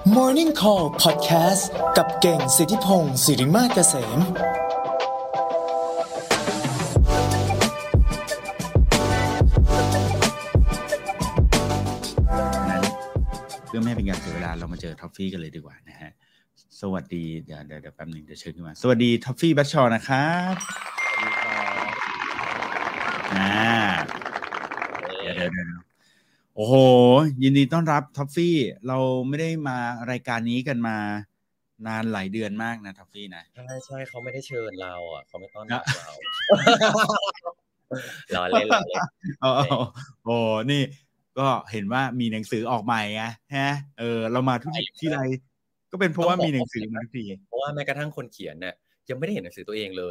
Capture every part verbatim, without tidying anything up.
Morning Call Podcast กับเก่งสิทธิพงศ์สิริมาศเกษมเพื่อไม่ให้เป็นการเสียเวลาเรามาเจอท็อฟฟี่กันเลยดีกว่านะฮะสวัสดีเดี๋ยวเดี๋ยวแป๊บนึงเดี๋ยวเชิญขึ้นมาสวัสดีท็อฟฟี่แบทชอนะครับอ่าเดี๋ยวเดี๋ยวเดี๋ยวโอ้โหยินดีต้อนรับท็อฟฟี่เราไม่ได้มารายการนี้กันมานานหลายเดือนมากนะท็อฟฟี่นะใช่ใช่เขาไม่ได้เชิญเราอ่ะเขาไม่ต้อนรับเราล้อเล่นล้อเล่นโอ้โหนี่ก็เห็นว่ามีหนังสือออกใหม่ไงฮะเออเรามาทุกที่ไรก็เป็นเพราะว่ามีหนังสือมาทุกทีเพราะว่าแม้กระทั่งคนเขียนเนี่ยยังไม่ได้เห็นหนังสือตัวเองเลย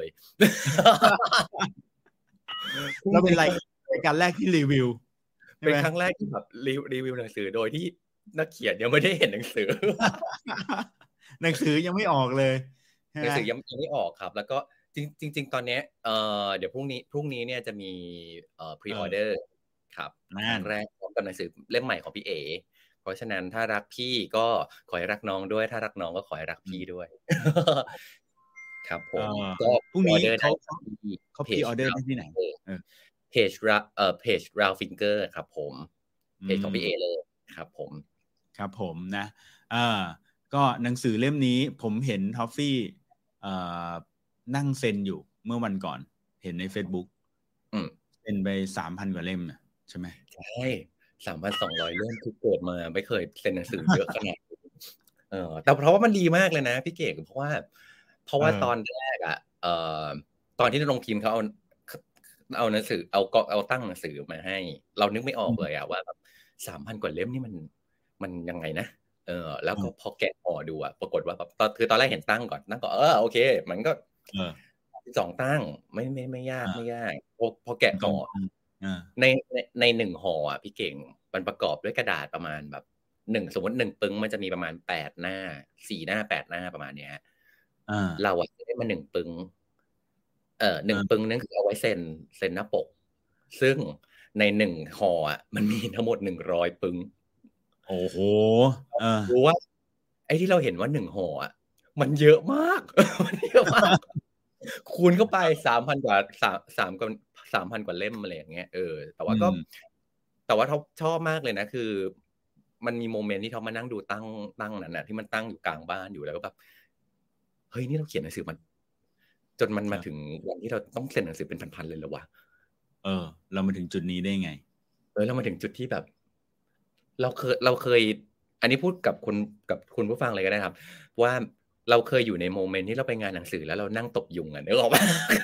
เราเป็นรายการแรกที่รีวิวเป็นครั้งแรกที่แบบรีวิวหนังสือโดยที่นักเขียนยังไม่ได้เห็นหนังสือหนังสือยังไม่ออกเลยหนังสือยังยังไม่ออกครับแล้วก็จริงจริงตอนนี้เอ่อเดี๋ยวพรุ่งนี้พรุ่งนี้เนี่ยจะมีเอ่อพรีออเดอร์ครับครั้งแรกพร้อมกับหนังสือเล่มใหม่ของพี่เอ๋เพราะฉะนั้นถ้ารักพี่ก็ขอให้รักน้องด้วยถ้ารักน้องก็ขอให้รักพี่ด้วยครับผมก็พรุ่งนี้เขาเขาพรีออเดอร์ได้ที่ไหนเพจเอ่อเพจ Round Finger ครับผมเพจของพี่เอเลยครับผมครับผมนะอ่าก็หนังสือเล่มนี้ผมเห็นท็อฟฟี่เอ่อนั่งเซ็นอยู่เมื่อวันก่อนเห็นใน Facebook อืมเซ็นไป สามพัน กว่าเล่มนะใช่ไหมใช่ สามพันสองร้อย เล่มคือเกิดมาไม่เคยเซ็นหนังสือเยอะขนาดนี้เออแต่เพราะว่ามันดีมากเลยนะพี่เก๋เพราะว่าเพราะว่าตอนแรกอ่ะเอ่อตอนที่โรงพิมพ์เขาเอาเอาหนังสือเอาก็เอาตั้งหนังสือมาให้เรานึกไม่ออกเลยอ่ะว่าแบบ สามพัน กว่าเล่มนี่มันมันยังไงนะเออแล้วก็พอแกะห่อดูอ่ะปรากฏว่าแบบตอนคือตอนแรกเห็นตั้งก่อนตั้งก่อนเออโอเคมันก็สองตั้งไม่ไม่ไม่ยากไม่ยากพอพอแกะห่อในในในหนึ่งห่ออ่ะพี่เก่งมันประกอบด้วยกระดาษประมาณแบบหนึ่งสมมติหนึ่งปึ้งมันจะมีประมาณแปดหน้าสี่หน้าแปดหน้าประมาณเนี้ยเราอ่ะได้มาหนึ่งปึ้งเอ่อหนึ่งปึ้งนั่นคือเอาไว้เซ็นเซ็นหน้าปกซึ่งในหนึ่งห่ออ่ะมันมีทั้งหมดหนึ่งร้อยปึ้งโอ้โหรู้ว่าไอ้ที่เราเห็นว่าหนึ่งห่ออ่ะมันเยอะมากมันเยอะมากคูณเข้าไปสามพันกว่าสามสามกว่าสามพันกว่าเล่มอะไรอย่างเงี้ยเออแต่ว่าก็แต่ว่าเขาชอบมากเลยนะคือมันมีโมเมนต์ที่เขามานั่งดูตั้งตั้งนั้นน่ะที่มันตั้งอยู่กลางบ้านอยู่แล้วก็แบบเฮ้ยนี่เราเขียนหนังสือมันจนมันมาถึงวันที่เราต้องเซ็นหนังสือเป็นพันๆเลยเหรอวะเออเรามาถึงจุดนี้ได้ไงเออเรามาถึงจุดที่แบบเราเคยเราเคยอันนี้พูดกับคุณกับคุณผู้ฟังเลยก็ได้ครับว่าเราเคยอยู่ในโมเมนต์ที่เราไปงานหนังสือแล้วเรานั่งตบยุงอ่ะนึกออกป่ะ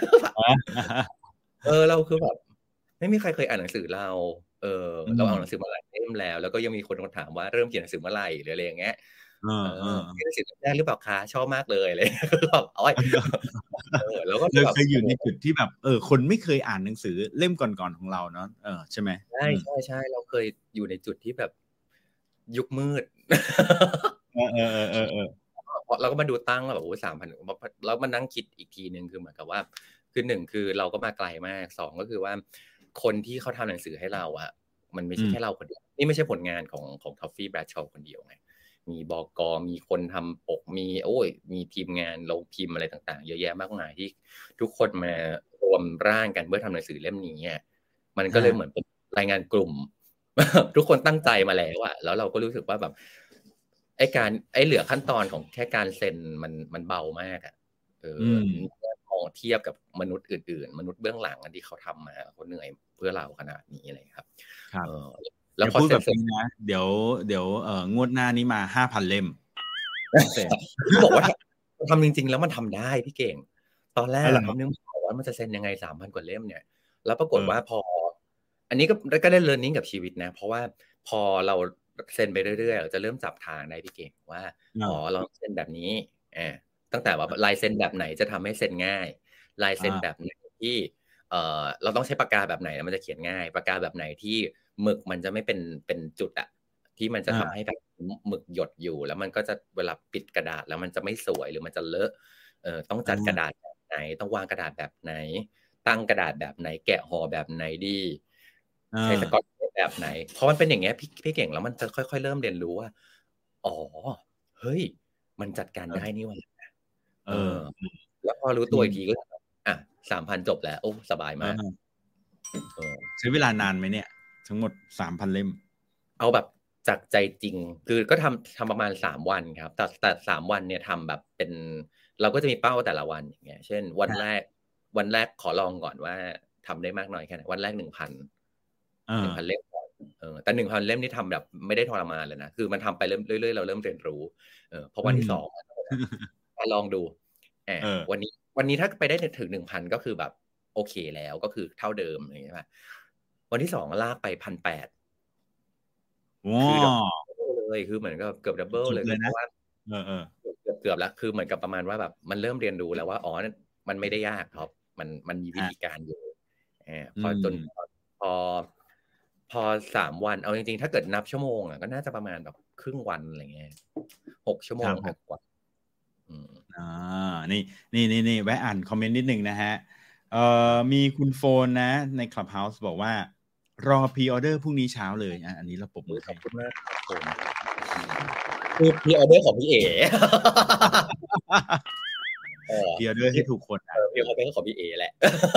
เออเราคือแบบไม่มีใครเคยอ่านหนังสือเราเออเราเอาหนังสือมาหลายเล่มแล้วแล้วก็ยังมีคนถามว่าเริ่มเขียนหนังสือเมื่อไหร่หรืออะไรอย่างเงี้ยเออเขียนหนังสือได้หรือเปล่าคะชอบมากเลยอะไรคือแบบอ๋อเออแล้วก็เราเคยอยู่ในจุดที่แบบเออคนไม่เคยอ่านหนังสือเล่มก่อนๆของเราเนาะเออใช่ไหมใช่ใช่ใช่เราเคยอยู่ในจุดที่แบบยุคมืดเออเออเออเออเออเราก็มาดูตั้งแล้วแบบโอ้สามพันแล้วมานั่งคิดอีกทีนึงคือเหมือนกับว่าคือหนึ่งคือเราก็มาไกลมากสองก็คือว่าคนที่เขาทำหนังสือให้เราอ่ะมันไม่ใช่แค่เราคนเดียวนี่ไม่ใช่ผลงานของของท็อฟฟี่แบรดชอว์คนเดียวไงมีบก.มีคนทำปกมีโอ้ยมีทีมงานลงพิมพ์อะไรต่างๆเยอะแยะมากมายที่ทุกคนมารวมร่างกันเพื่อทำหนังสือเล่มนี้มันก็เลยเหมือนเป็นรายงานกลุ่มทุกคนตั้งใจมาแล้วอะแล้วเราก็รู้สึกว่าแบบไอ้การไอ้เหลือขั้นตอนของแค่การเซ็นมันมันเบามากอะเออพอเทียบกับมนุษย์อื่นๆมนุษย์เบื้องหลังที่เขาทำมาเขาเหนื่อยเพื่อเราขนาดนี้อะไรครับครับแล้วพอเสร็จนะเดี๋ยวเดี๋ยวเอ่องวดหน้านี้มา ห้าพัน เล่มพี่บอกว่าทำจริงๆแล้วมันทำได้พี่เก่งตอนแรกผมนึกว่ามันจะเซ็นยังไง สามพัน กว่าเล่มเนี่ยแล้วปรากฏว่าพออันนี้ก็ก็ได้เรียนรู้กับชีวิตนะเพราะว่าพอเราเซ็นไปเรื่อยๆเราจะเริ่มจับทางได้พี่เก่งว่าอ๋อเราเซ็นแบบนี้อ่าตั้งแต่ว่าลายเซ็นแบบไหนจะทำให้เซ็นง่ายลายเซ็นแบบไหนที่เอ่อเราต้องใช้ปากกาแบบไหนแล้วมันจะเขียนง่ายปากกาแบบไหนที่หมึกมันจะไม่เป็นเป็นจุดอะที่มันจะทำให้แบบหมึกหยดอยู่แล้วมันก็จะเวลาปิดกระดาษแล้วมันจะไม่สวยหรือมันจะเลอะเอ่อต้องจัดกระดาษแบบไหนต้องวางกระดาษแบบไหนตั้งกระดาษแบบไหนแกะห่อแบบไหนดีใช้สกอตแบบไหนเพราะมันเป็นอย่างเงี้ยพี่พี่เก่งแล้วมันจะค่อยๆเริ่มเรียนรู้ว่าอ๋อเฮ้ยมันจัดการได้นี่หว่าเออแล้วพอรู้ตัวอีกทีก็อ่ะ สามพัน จบแล้วโอ้สบายมากเออใช้เวลานานไหมเนี่ยทั้งหมด สามพัน เล่มเอาแบบจากใจจริงคือก็ทำทำประมาณสามวันครับแต่แต่สามวันเนี่ยทำแบบเป็นเราก็จะมีเป้าแต่ละวันอย่างเงี้ยเช่นวันแรกวันแรกขอลองก่อนว่าทำได้มากน้อยแค่ไหนวันแรก หนึ่งพัน หนึ่งพัน เล่มเออแต่ หนึ่งพัน เล่มนี่ทำแบบไม่ได้ทรมานเลยนะคือมันทำไปเรื่อยๆเราเริ่มเรียนรู้เออพอวันที่สองมาลองดูแอบวันนี้วันนี้ถ้าไปได้ถึง หนึ่งพัน ก็คือแบบโอเคแล้วก็คือเท่าเดิมอะไรอย่างเงี้ยป่ะวันที่สองลากไป หนึ่งพันแปดร้อย คือดับเบิลเลยคือเหมือนกับเกือบดับเบิลเลยเพราะว่าเออๆเกือบเกือบแล้วคือเหมือนกับประมาณว่าแบบมันเริ่มเรียนรู้แล้วว่าอ๋อมันไม่ได้ยากครับมันมันมีวิธีการอยู่เออพอจนพอพอสามวันเอาจริงๆถ้าเกิดนับชั่วโมงอ่ะก็น่าจะประมาณแบบครึ่งวันอะไรเงี้ยหกชั่วโมงกว่าอืมอ่านี่นี่นี่นี่แวะอ่านคอมเมนต์นิดนึงนะฮะเอ่อมีคุณโฟนนะใน Clubhouse บอกว่ารอพรีออเดอร์พรุ่งนี้เช้าเลยอ่ะอันนี้เราปรบมือให้ขอบคุณมากครับผมคือพรีออเดอร์ของพี่เอ๋พรีออเดอร์ให้ถูกคนนะพรีออเดอร์ของพี่เอ๋แหละ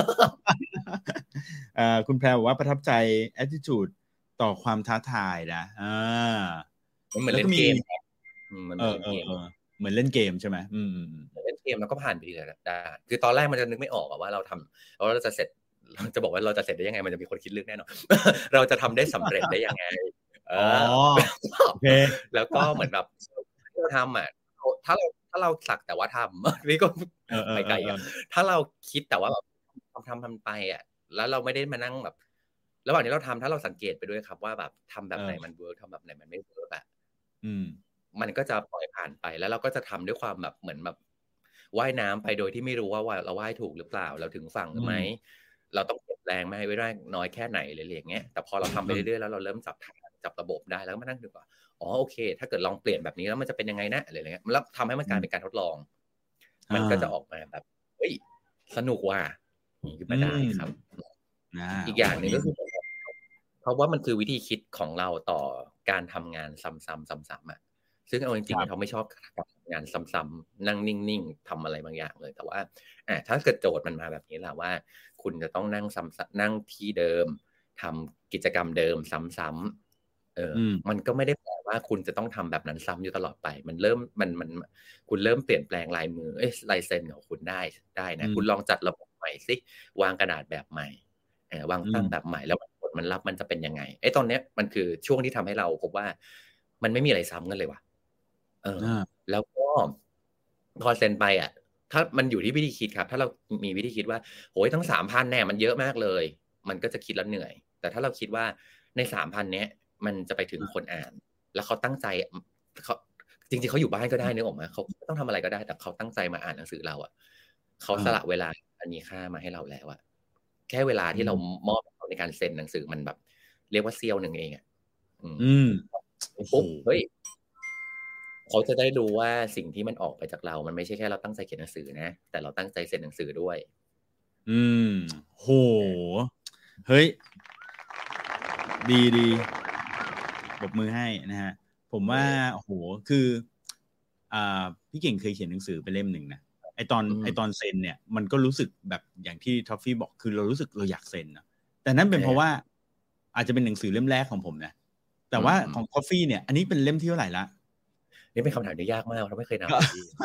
อ่าคุณแพรบอกว่าประทับใจ attitude ต่อความท้าทายนะอ่ามันเหมือนเล่นเกมครับมันเหมือนเล่นเกมเหมือนเล่นเกมใช่ไหมอืมเล่นเกมแล้วก็ผ่านไปเลยได้คือตอนแรกมันจะนึกไม่ออกว่าเราทำแล้วเราจะเสร็จจะบอกว่าเราจะเสร็จได้ยังไงมันจะมีคนคิดลึกแน่นอนเราจะทำได้สำเร็จได้ยังไงอ๋อโอเคแล้วก็เหมือนแบบเราทำอ่ะถ้าเราถ้าเราสักแต่ว่าทำนี่ก็ไปไกลอ่ะถ้าเราคิดแต่ว่าแบบทำทำทำไปอ่ะแล้วเราไม่ได้มานั่งแบบระหว่างนี้เราทำถ้าเราสังเกตไปด้วยครับว่าแบบทำแบบไหนมันเวิร์กทำแบบไหนมันไม่เวิร์กอ่ะมันก็จะปล่อยผ่านไปแล้วเราก็จะทำด้วยความแบบเหมือนแบบว่ายน้ำไปโดยที่ไม่รู้ว่าเราว่ายถูกหรือเปล่าเราถึงฝั่งหรือไม่เราต้องเก็บแรงไม่ให้ไว้ได้น้อยแค่ไหนอะไรอย่างเงี้ยแต่พอเราทำไปเรื่อยๆแล้วเราเริ่มจับทางจับระบบได้แล้วก็มานั่งดูว่าอ๋อโอเคถ้าเกิดลองเปลี่ยนแบบนี้แล้วมันจะเป็นยังไงนะอะไรอย่างเงี้ยแล้วทำให้มันกลายเป็นการทดลองมันก็จะออกมาแบบเฮ้ยสนุกว่ะนี่คือมาได้ครับอีกอย่างหนึ่งก็คือเพราะว่ามันคือวิธีคิดของเราต่อการทำงานซ้ำๆซ้ำๆอ่ะซึ่งเอาจริงๆเขาไม่ชอบการทำงานซ้ำๆนั่งนิ่งๆทำอะไรบางอย่างเลยแต่ว่าอ่ะถ้าเกิดโจทย์มันมาแบบนี้แหละว่าคุณจะต้องนั่งซ้ำนั่งที่เดิมทำกิจกรรมเดิมซ้ำๆเออมันก็ไม่ได้แปลว่าคุณจะต้องทำแบบนั้นซ้ำอยู่ตลอดไปมันเริ่มมันมันคุณเริ่มเปลี่ยนแปลงลายมือเอ้ยลายเซ็นของคุณได้ได้นะคุณลองจัดระบบใหม่สิวางกระดาษแบบใหม่เออวางตั้งแบบใหม่แล้วผลมันรับมันจะเป็นยังไงไอ้ตอนเนี้ยมันคือช่วงที่ทำให้เราพบว่ามันไม่มีอะไรซ้ำกันเลยว่ะเออแล้วก็พอเซ็นไปอ่ะถ้ามันอยู่ที่วิธีคิดครับถ้าเรามีวิธีคิดว่าโหยทั้ง สามพัน แน่มันเยอะมากเลยมันก็จะคิดแล้วเหนื่อยแต่ถ้าเราคิดว่าใน สามพัน เนี้ยมันจะไปถึงคนอ่านแล้วเขาตั้งใจเขาจริงๆเขาอยู่บ้านก็ได้นึกออกมั้ยเขาต้องทำอะไรก็ได้แต่เขาตั้งใจมาอ่านหนังสือเราอ่ะเขาสละเวลาอันมีค่ามาให้เราแล้วอ่ะแค่เวลาที่เรามอบในการเซ็นหนังสือมันแบบเรียกว่าเสี้ยวนึงเองอ่ะอืมปุ๊บเฮ้ยเขาจะได้รู้ว่าสิ่งที่มันออกไปจากเรามันไม่ใช่แค่เราตั้งใจเขียนหนังสือนะแต่เราตั้งใจเซ็นหนังสือด้วยอืมโหเฮ้ยดีดีปรบมือให้นะฮะผมว่าโอ้โหคืออ่าพี่เก่งเคยเขียนหนังสือไปเล่มหนึ่งนะไอตอนไอตอนเซ็นเนี่ยมันก็รู้สึกแบบอย่างที่ท็อฟฟี่บอกคือเรารู้สึกเราอยากเซ็นนะแต่นั่นเป็นเพราะว่าอาจจะเป็นหนังสือเล่มแรกของผมนะแต่ว่าของท็อฟฟี่เนี่ยอันนี้เป็นเล่มที่เท่าไหร่ละนี่เป็นคำถามที่ยากมากเราไม่เคยนับ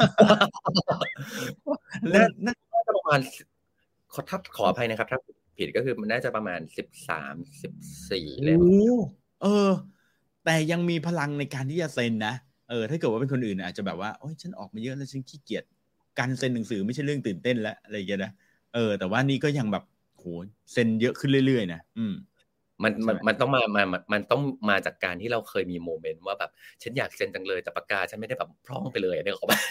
น่าน่าจะประมาณขอทับขออภัยนะครับถ้าผิดก็คือมันน่าจะประมาณสิบสาม สิบสี่เล่มเออแต่ยังมีพลังในการที่จะเซ็นนะเออถ้าเกิดว่าเป็นคนอื่นอาจจะแบบว่าโอ๊ยฉันออกมาเยอะแล้วฉันขี้เกียจการเซ็นหนังสือไม่ใช่เรื่องตื่นเต้นแล้วอะไรอย่างเงี้ยนะเออแต่ว่านี่ก็ยังแบบโหเซ็นเยอะขึ้นเรื่อยๆนะอืมมันมันมันต้องมามามันต้องมาจากการที่เราเคยมีโมเมนต์ว่าแบบฉันอยากเซ็นจังเลยแต่ปากกาฉันไม่ได้แบบพร่องไปเลยเนี่ยเขาแบบ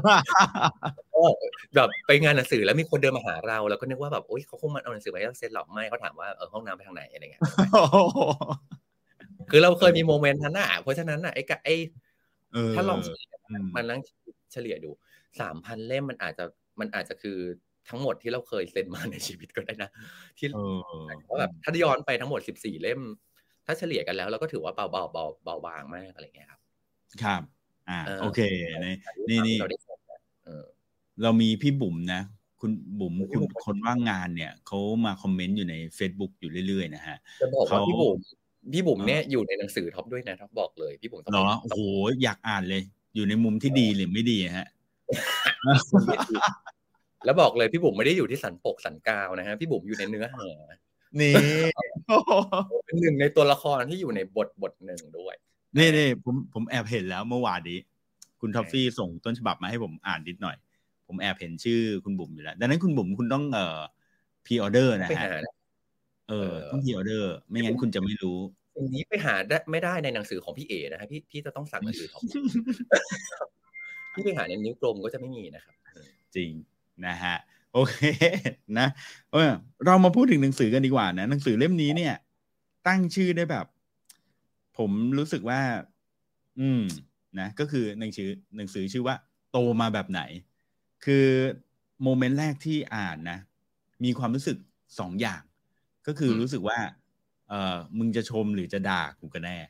แบบไปงานหนังสือแล้วมีคนเดินมาหาเราแล้วก็นึกว่าแบบโอ๊ยเขาคงมาเอาหนังสือไปให้เราเซ็นหรอกไม่เขาถามว่าเออห้องน้ำไปทางไหนอะไรเงี้ยคือเราเคยมีโมเมนต์นั้นน่ะเพราะฉะนั้นน่ะไอ้ไอ้ถ้าลองมันนั่งเฉลี่ยดู สามพัน เล่มมันอาจจะมันอาจจะคือทั้งหมดที่เราเคยเซ็นมาในชีวิตก็ได้นะที่ว่าแบบถ้าย้อนไปทั้งหมดสิบสี่เล่มถ้าเฉลี่ยกันแล้วเราก็ถือว่าเบาๆเบาเบาบางมากอะไรเงี้ยครับครับอ่าโอเคนี่นี่นี่เราได้เออเรามีพี่บุ๋มนะคุณบุ๋มคุณคนว่างงานเนี่ยเขามาคอมเมนต์อยู่ใน Facebook อยู่เรื่อยๆนะฮะจะบอกว่าพี่บุ๋มพี่บุ๋มเนี่ยอยู่ในหนังสือท็อปด้วยนะท็อปบอกเลยพี่บุ๋มต้องเหรอโอ้โหอยากอ่านเลยอยู่ในมุมที่ดีหรือไม่ดีฮะแล้วบอกเลยพี่บุ๋มไม่ได้อยู่ที่สันปกสันกาวนะฮะพี่บุ๋มอยู่ในเนื้อหานี่เป็นหนึ่งในตัวละครที่อยู่ในบทบทหนึ่งด้วยนี่นี่ผมผมแอบเห็นแล้วเมื่อวานนี้คุณท็อฟฟี่ส่งต้นฉบับมาให้ผมอ่านนิดหน่อยผมแอบเห็นชื่อคุณบุ๋มอยู่แล้วดังนั้นคุณบุ๋มคุณต้องเอ่อพรีออเดอร์นะฮะเออต้องพรีออเดอร์ไม่งั้นคุณจะไม่รู้สิ่งนี้ไปหาได้ไม่ได้ในหนังสือของพี่เอ๋นะฮะพี่พี่จะต้องสั่งหนังสือของพี่ไปหาในนิ้วกลมก็จะไม่มีนะครับจริงนะฮะโอเคนะเออเรามาพูดถึงหนังสือกันดีกว่านะหนังสือเล่มนี้เนี่ยตั้งชื่อได้แบบผมรู้สึกว่าอืมนะก็คือหนังสือหนังสือชื่อว่าโตมาแบบไหนคือโมเมนต์แรกที่อ่านนะมีความรู้สึกสองอย่างก็คือรู้สึกว่าเออมึงจะชมหรือจะด่ากูกันแน่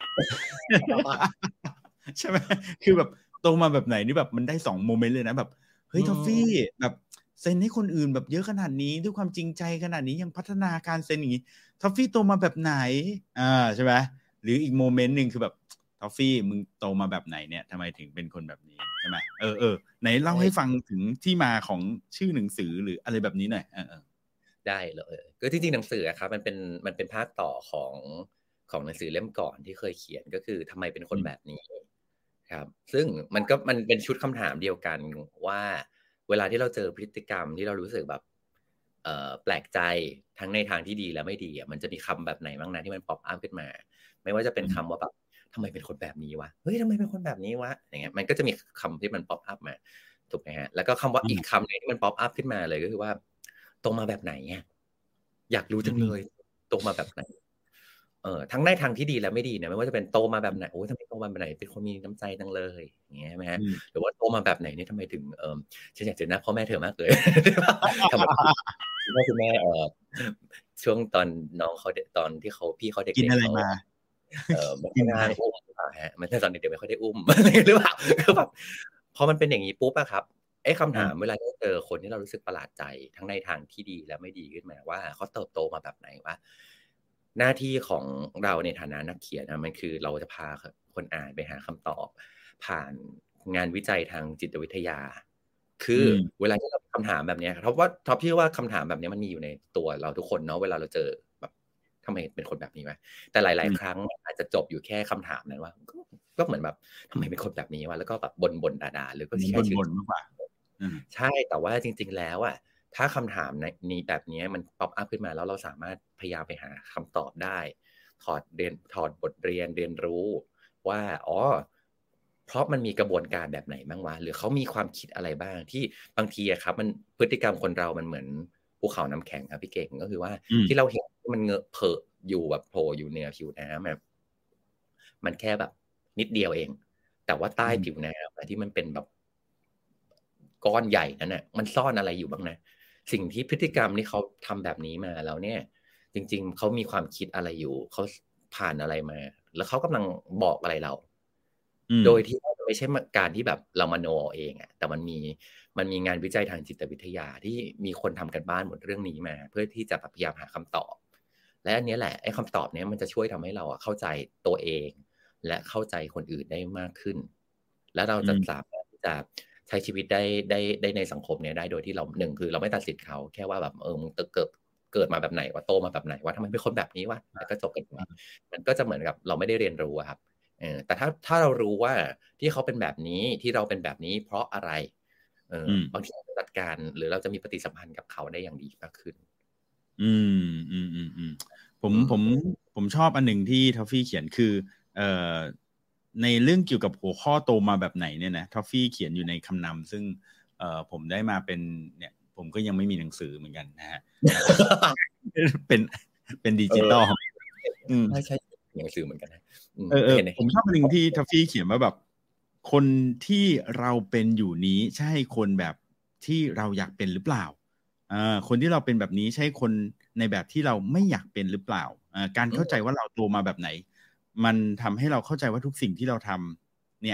ใช่ไหมคือแบบโตมาแบบไหนนี่แบบมันได้สองโมเมนต์เลยนะแบบเฮ้ยทอฟฟี่แบบเซ็นให้คนอื่นแบบเยอะขนาดนี้ด้วยความจริงใจขนาดนี้ยังพัฒนาการเซ็นอย่างนี้ทอฟฟี่โตมาแบบไหนอ่าใช่ไหมหรืออีกโมเมนต์นึงคือแบบทอฟฟี่มึงโตมาแบบไหนเนี่ยทำไมถึงเป็นคนแบบนี้ใช่ไหมเออเออไหนเล่าให้ฟังถึงที่มาของชื่อหนังสือหรืออะไรแบบนี้หน่อยเออได้เลยก็จริงๆหนังสือครับมันเป็นมันเป็นภาคต่อของของหนังสือเล่มก่อนที่เคยเขียนก็คือทำไมเป็นคนแบบนี้ครับซึ่งมันก็มันเป็นชุดคำถามเดียวกันว่าเวลาที่เราเจอพฤติกรรมที่เรารู้สึกแบบเอ่อแปลกใจทั้งในทางที่ดีและไม่ดีอ่ะมันจะมีคำแบบไหนบ้างนะที่มันป๊อปอัพขึ้นมาไม่ว่าจะเป็นคำว่าแบบทำไมเป็นคนแบบนี้วะเฮ้ยทำไมเป็นคนแบบนี้วะอย่างเงี้ยมันก็จะมีคำที่มันป๊อปอัพมาถูกไหมฮะแล้วก็คำว่าอีกคำนึงที่มันป๊อปอัพขึ้นมาเลยก็คือว่าโตมาแบบไหนเนี่ยอยากรู้จังเลยโตมาแบบไหนเออทั้งในทางที่ดีและไม่ดีเนี่ยไม่ว่าจะเป็นโตมาแบบไหนโอ้ยทำไมโตมาแบบไหนเป็นคนมีน้ำใจจังเลยอย่างเงี้ยใช่ไหมฮะหรือว่าโตมาแบบไหนนี่ทำไมถึงเออฉันอยากเจอหน้าพ่อแม่เธอมากเลยทำไมคุณพ่อคุณแม่เออช่วงตอนน้องเขาตอนที่เขาพี่เขาเด็กๆกินอะไรมาเออไม่ได้งานอุ้มฮะมันตอนเด็กๆไม่ค่อยได้อุ้มหรือเปล่าคือแบบพอมันเป็นอย่างนี้ปุ๊บอะครับไอ้คำถามเวลาที่เจอคนที่เรารู้สึกประหลาดใจทั้งในทางที่ดีและไม่ดีขึ้นมาว่าเขาเติบโตมาแบบไหนวะหน้าที่ของเราในฐานะนักเขียนนะมันคือเราจะพาคนอ่านไปหาคำตอบผ่านงานวิจัยทางจิตวิทยาคือเวลาที่เราคำถามแบบนี้เพราะว่าท็อปพี่ว่าคำถามแบบนี้มันมีอยู่ในตัวเราทุกคนเนาะเวลาเราเจอแบบทำไมเป็นคนแบบนี้วะแต่หลายๆครั้งอาจจะจบอยู่แค่คำถามนั้นว่าก็เหมือนแบบทำไมเป็นคนแบบนี้วะแล้วก็แบบบ่นๆด่าๆหรือก็แค่บ่นๆมากกว่าใช่แต่ว่าจริงๆแล้วอ่ะถ้าคำถามในนี้แบบนี้มันป๊อปอัพขึ้นมาแล้วเราสามารถพยายามไปหาคำตอบได้ถอดเรียนถอดบทเรียนเรียนรู้ว่าอ๋อเพราะมันมีกระบวนการแบบไหนบ้างวะหรือเขามีความคิดอะไรบ้างที่บางทีอะครับมันพฤติกรรมคนเรามันเหมือนภูเขาน้ำแข็งครับพี่เก่งก็คือว่าที่เราเห็นมันเงอะเผอะอยู่แบบโผล่อยู่เหนือผิวน้ำแบบมันแค่แบบนิดเดียวเองแต่ว่าใต้ผิวน้ำที่มันเป็นแบบก้อนใหญ่นั่นน่ะมันซ่อนอะไรอยู่บ้างนะสิ่งที่พฤติกรรมที่เขาทำแบบนี้มาแล้วเนี่ยจริงๆเขามีความคิดอะไรอยู่เขาผ่านอะไรมาแล้วเขากำลังบอกอะไรเราโดยที่ไม่ใช่การที่แบบเรามโนเองอ่ะแต่มันมีมันมีงานวิจัยทางจิตวิทยาที่มีคนทำกันบ้านหมดเรื่องนี้มาเพื่อที่จะพยายามหาคำตอบและอันนี้แหละไอ้คำตอบเนี้ยมันจะช่วยทำให้เราเข้าใจตัวเองและเข้าใจคนอื่นได้มากขึ้นและเราจะสามารถที่จะใช้ชีวิตได้ได้ได้ในสังคมเนี้ยได้โดยที่เราหนึ่งคือเราไม่ตัดสินเขาแค่ว่าแบบเออมึงเกิดเกิดมาแบบไหนว่าโตมาแบบไหนว่าทำไมเป็นคนแบบนี้วะแล้วก็จบกันไปมันก็จะเหมือนกับเราไม่ได้เรียนรู้ครับเออแต่ถ้าถ้าเรารู้ว่าที่เขาเป็นแบบนี้ที่เราเป็นแบบนี้เพราะอะไรเออบางทีเราจัดการหรือเราจะมีปฏิสัมพันธ์กับเขาได้อย่างดีมากขึ้นอืมอืมอืมอืมผมผมผมชอบอันหนึ่งที่ทอฟฟี่เขียนคือเอ่อในเรื่องเกี่ยวกับหัวข้อโตมาแบบไหนเนี่ยนะทอฟฟี่เขียนอยู่ในคำนำซึ่งเอ่อผมได้มาเป็นเนี่ยผมก็ยังไม่มีหนังสือเหมือนกันนะฮะ เป็นเป็นดิจิตอลใช่ใช่หนังสือเหมือนกันนะเออเออผมชอบอันหนึ่งที่ทอฟฟี่เขียนว่าแบบคนที่เราเป็นอยู่นี้ใช่คนแบบที่เราอยากเป็นหรือเปล่าอ่าคนที่เราเป็นแบบนี้ใช่คนในแบบที่เราไม่อยากเป็นหรือเปล่าอ่าการเข้าใจว่าเราโตมาแบบไหนมันทำให้เราเข้าใจว่าทุกสิ่งที่เราทำเนี่ย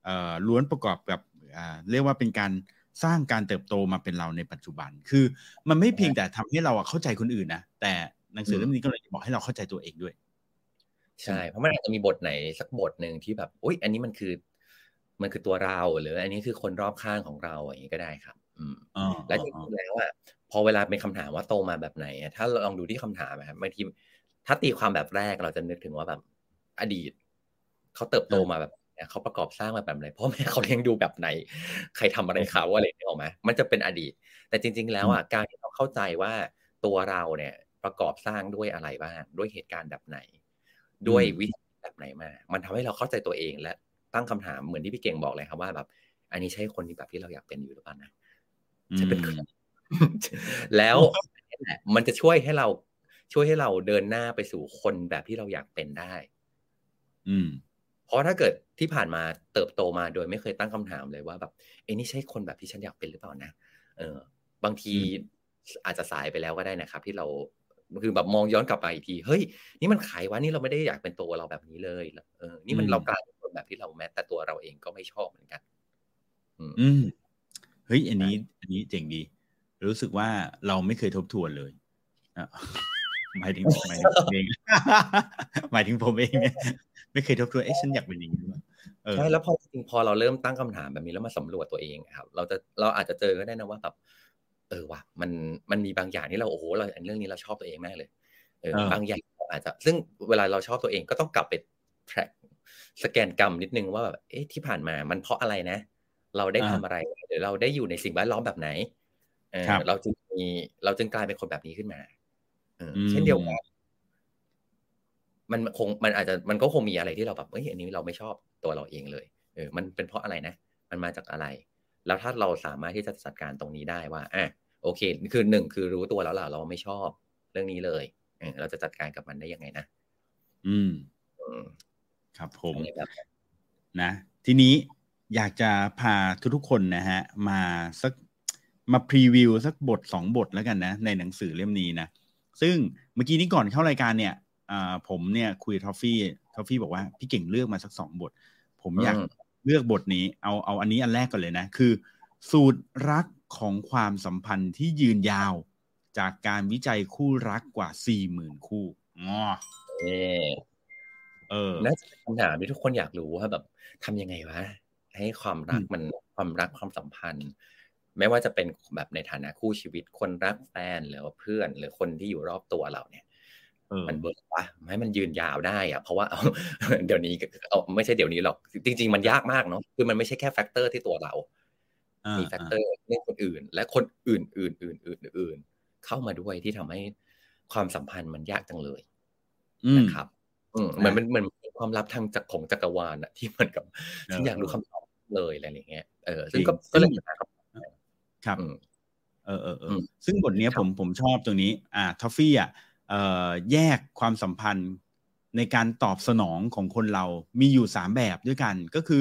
เอ่อล้วนประกอบกับอ่าเรียกว่าเป็นการสร้างการเติบโตมาเป็นเราในปัจจุบันคือมันไม่เพียงแต่ทำให้เราเข้าใจคนอื่นนะแต่หนังสือเล่มนี้ก็เลยบอกให้เราเข้าใจตัวเองด้วยใช่เพราะมันอาจจะมีบทไหนสักบทหนึ่งที่แบบอุ๊ยอันนี้มันคือมันคือตัวเราหรืออันนี้คือคนรอบข้างของเราอย่างนี้ก็ได้ครับอืมและจริงๆแล้วอ่ะพอเวลาเป็นคำถามว่าโตมาแบบไหนถ้าเราลองดูที่คำถามนะครับบางทีถ้าตีความแบบแรกเราจะนึกถึงว่าแบบอดีตเขาเติบโตมาแบบเขาประกอบสร้างมาแบบไหนพ่อแม่เขาเลี้ยงดูแบบไหนใครทำอะไรเขาอะไรนี่ออกไหมมันจะเป็นอดีตแต่จริงๆแล้วอ่ะการที่เราเข้าใจว่าตัวเราเนี่ยประกอบสร้างด้วยอะไรบ้างด้วยเหตุการณ์แบบไหนด้วยวิธีแบบไหนมามันทำให้เราเข้าใจตัวเองและตั้งคำถามเหมือนที่พี่เก่งบอกเลยครับว่าแบบอันนี้ใช่คนที่แบบที่เราอยากเป็นอยู่หรือเปล่านะจะเป็นแล้วมันจะช่วยให้เราช่วยให้เราเดินหน้าไปสู่คนแบบที่เราอยากเป็นได้อืมเพราะถ้าเกิดที่ผ่านมาเติบโตมาโดยไม่เคยตั้งคำถามเลยว่าแบบเอ้นี่ใช่คนแบบที่ฉันอยากเป็นหรือเปล่านะเออบางทีอาจจะสายไปแล้วก็ได้นะครับที่เราคือแบบมองย้อนกลับไปอีกทีเฮ้ยนี่มันขายวะนี่เราไม่ได้อยากเป็นตัวเราแบบนี้เลยเออนี่มันเรากลายเป็นคนแบบที่เราแม้แต่ตัวเราเองก็ไม่ชอบเหมือนกันอืมเฮ้ยอันนี้อันนี้เจ๋งดีรู้สึกว่าเราไม่เคยทบทวนเลยหมายถึงหมายถึงผมเองหมายถึงผมเองเนี่ยไม่เคยทบทวนเอ๊ะฉันอยากเป็นอย่างนี้มั้ยใช่แล้วพอจริงพอเราเริ่มตั้งคำถามแบบนี้แล้วมาสำรวจตัวเองครับเราจะเราอาจจะเจอก็ได้นะว่าแบบเออว่ะมันมันมีบางอย่างที่เราโอ้โหเราเรื่องนี้เราชอบตัวเองมากเลยเออบางอย่างอาจจะซึ่งเวลาเราชอบตัวเองก็ต้องกลับไปแทร็กสแกนกรรมนิดนึงว่าแบบเอ๊ะที่ผ่านมามันเพราะอะไรนะเราได้ทำอะไรหรือเราได้อยู่ในสิ่งแวดล้อมแบบไหนเออเราจึงมีเราจึงกลายเป็นคนแบบนี้ขึ้นมาเออเช่นเดียวกันมันคงมันอาจจะมันก็คงมีอะไรที่เราแบบเอ้ยอันนี้เราไม่ชอบตัวเราเองเลยเออมันเป็นเพราะอะไรนะมันมาจากอะไรแล้วถ้าเราสามารถที่จะจัดการตรงนี้ได้ว่าอ่ะโอเคคือหนึ่งคือรู้ตัวแล้วล่ะเราไม่ชอบเรื่องนี้เลยเออเราจะจัดการกับมันได้ยังไงนะอืมครับผมนะทีนี้อยากจะพาทุกๆคนนะฮะมาสักมาพรีวิวสักบทสองบทแล้วกันนะในหนังสือเล่มนี้นะซึ่งเมื่อกี้นี้ก่อนเข้ารายการเนี่ยผมเนี่ยคุยทอฟฟี่ทอฟฟี่บอกว่าพี่เก่งเลือกมาสักสองบทผมอยากเลือกบทนี้เอาเอาอันนี้อันแรกก่อนเลยนะคือสูตรรักของความสัมพันธ์ที่ยืนยาวจากการวิจัยคู่รักกว่า สี่หมื่น คู่อ๋อเออเออน่าจะเป็นคำถามที่ทุกคนอยากรู้ว่าแบบทำยังไงวะให้ความรักมันความรักความสัมพันธ์ไม่ว่าจะเป็นแบบในฐานะคู่ชีวิตคนรักแฟนหรือว่าเพื่อนหรือคนที่อยู่รอบตัวเราเนี่ยมันเบิร์กว่าให้มันยืนยาวได้อะเพราะว่าเอาเดี๋ยวนี้เอาไม่ใช่เดี๋ยวนี้หรอกจริงๆมันยากมากเนาะคือมันไม่ใช่แค่แฟกเตอร์ที่ตัวเรามีแฟกเตอร์เรื่องคนอื่นและคนอื่นอื่นอื่นอื่นอื่นเข้ามาด้วยที่ทำให้ความสัมพันธ์มันยากจังเลยนะครับเหมือนมันเหมือนความลับทางจักรของจักรวาลอะที่เหมือนกับฉันอยากรู้คำตอบเลยอะไรอย่างเงี้ยเออซึ่งก็ก็เลยครับครับเออเออเออซึ่งบทนี้ผมผมชอบตรงนี้อ่าทอฟฟี่อ่ะเอ่อแยกความสัมพันธ์ในการตอบสนองของคนเรามีอยู่สามแบบด้วยกันก็คือ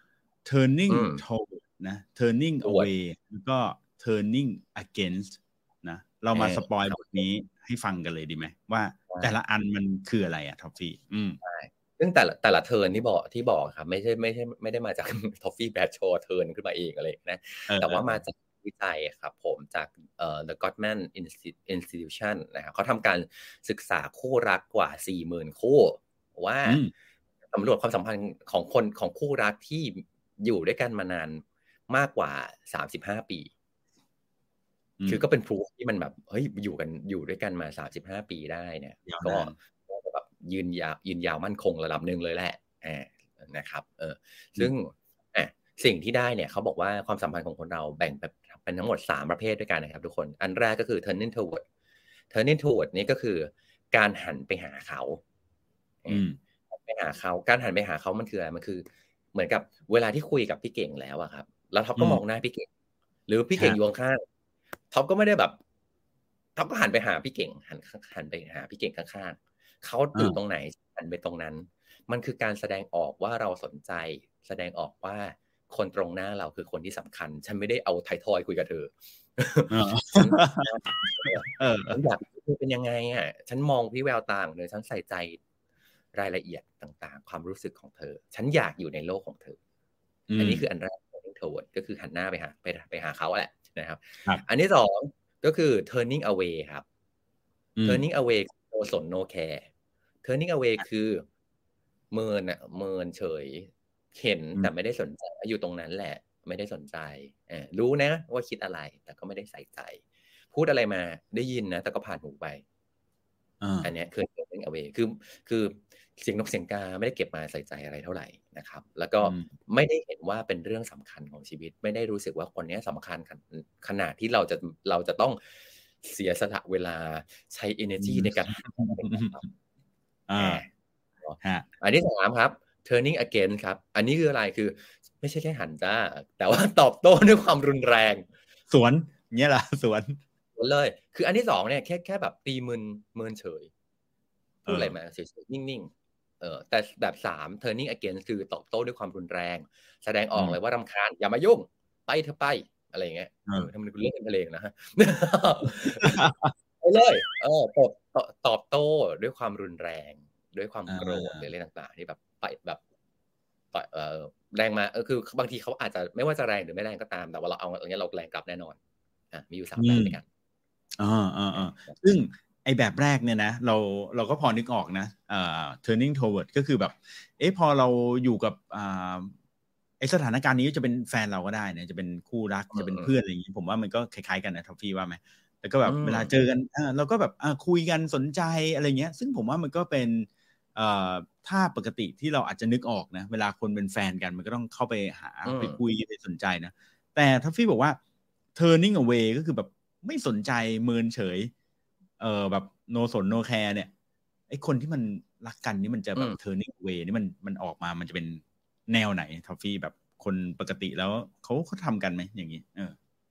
turning toward นะ turning away แล้วก็ turning against นะเรามาสปอยบทนี้ให้ฟังกันเลยดีไหมว่าแต่ละอันมันคืออะไรอะทอฟฟี่อืมใช่ซึ่งแต่ละแต่ละเทิร์นที่บอกที่บอกครับไม่ใช่ไม่ใช่ไม่ได้มาจากทอฟฟี่แบทโชว์เทิร์นขึ้นมาเองอะไรนะแต่ว่ามาจากวิจัยครับผมจากเอ่อ The Gottman Institution นะครับเขาทำการศึกษาคู่รักกว่า สี่หมื่น คู่ว่าสำรวจความสัมพันธ์ของคนของคู่รักที่อยู่ด้วยกันมานานมากกว่าสามสิบห้าปีคือก็เป็นพรูฟที่มันแบบเฮ้ยอยู่กันอยู่ด้วยกันมาสามสิบห้าปีได้เนี่ยก็แบบยืนยาวยืนยาวมั่นคงระดับหนึ่งเลยแหละอ่านะครับเออซึ่งอ่ะสิ่งที่ได้เนี่ยเขาบอกว่าความสัมพันธ์ของคนเราแบ่งเป็นทั้งหมดสามประเภทด้วยกันนะครับทุกคนอันแรกก็คือ turning toward turning toward นี่ก็คือการหันไปหาเขาอืมไปหาเขาการหันไปหาเขามันคืออะไรมันคือเหมือนกับเวลาที่คุยกับพี่เก่งแล้วอะครับแล้วท็อปก็มองหน้าพี่เก่งหรือพี่เก่งอยู่ข้างท็อปก็ไม่ได้แบบท็อปก็หันไปหาพี่เก่งหันหันไปหาพี่เก่งข้างๆเขาอยู่ตรงไหนหันไปตรงนั้นมันคือการแสดงออกว่าเราสนใจแสดงออกว่าคนตรงหน้าเราคือคนที่สำคัญฉันไม่ได้เอาไททอยคุยกับเธอฉันอยากเธอเป็นยังไงอ่ะฉันมองพี่แววตาของเธอฉันใส่ใจรายละเอียดต่างๆความรู้สึกของเธอฉันอยากอยู่ในโลกของเธออันนี้คืออันแรก turning toward ก็คือหันหน้าไปหาไปไปหาเขาแหละนะครับครับอันที่สองก็คือ turning away ครับ turning away no สน no care turning away คือเมินอ่ะเมินเฉยเห็นแต่ไม่ได้สนใจอยู่ตรงนั้นแหละไม่ได้สนใจเออรู้นะว่าคิดอะไรแต่ก็ไม่ได้ใส่ใจพูดอะไรมาได้ยินนะแต่ก็ผ่านหูไปอันนี้คือ turning away คือคือเสียงนกเสียงกาไม่ได้เก็บมาใส่ใจอะไรเท่าไหร่นะครับแล้วก็ไม่ได้เห็นว่าเป็นเรื่องสำคัญของชีวิตไม่ได้รู้สึกว่าคนนี้สำคัญขนาดที่เราจะเราจะต้องเสียสละเวลาใช้ energy ในการอ่าอันที่สามครับ turning against ครับอันนี้คืออะไรคือไม่ใช่แค่หันจ้าแต่ว่าตอบโต้ด้วยความรุนแรงสวนเงี้ยล่ะสวนสวนเลยคืออันที่สองเนี่ยแค่แค่แบบตีมึนเมินเฉยพูดอะไรมาเฉยๆนิ่งๆเออแต่แบบสาม turning against คือตอบโต้ด้วยความรุนแรงแสดงออกเลยว่ารำคาญอย่ามายุ่งไปเถอะไปอะไรอย่างเงี้ยเออทำไมคุณเล่นเป็นเพลงนะฮะไปเลยเออตอบตอบโต้ด้วยความรุนแรงด้วยความโกรธหรืออะไรต่างๆที่แบบไปแบบเออแรงมาเออคือบางทีเขาอาจจะไม่ว่าจะแรงหรือไม่แรงก็ตามแต่ว่าเราเอาอย่างเงี้ยเราแรงกลับแน่นอนอ่ะมีอยู่สามแบบด้วยกันอ่าอ่าอ่าซึ่งไอ้แบบแรกเนี่ยนะเราเราก็พอนึกออกนะอ่า turning toward ก็คือแบบเอ๊ะพอเราอยู่กับอ่าไอ้สถานการณ์นี้จะเป็นแฟนเราก็ได้นะจะเป็นคู่รักจะเป็นเพื่อนอะไรอย่างงี้ผมว่ามันก็คล้ายๆกันนะทอฟฟี่ว่าไหมแล้วก็แบบเวลาเจอกันอ่าเราก็แบบอ่าคุยกันสนใจอะไรเงี้ยซึ่งผมว่ามันก็เป็นเอ่อถ้าปกติที่เราอาจจะนึกออกนะเวลาคนเป็นแฟนกันมันก็ต้องเข้าไปหาไปคุยไปสนใจนะแต่ทอฟฟี่บอกว่า turning away ก็คือแบบไม่สนใจเมินเฉยเออแบบ no สน no care เนี่ยไอ้คนที่มันรักกันนี่มันจะแบบ turning away นี่มันมันออกมามันจะเป็นแนวไหนทอฟฟี่แบบคนปกติแล้วเขาเขาทำกันไหมอย่างนี้เออ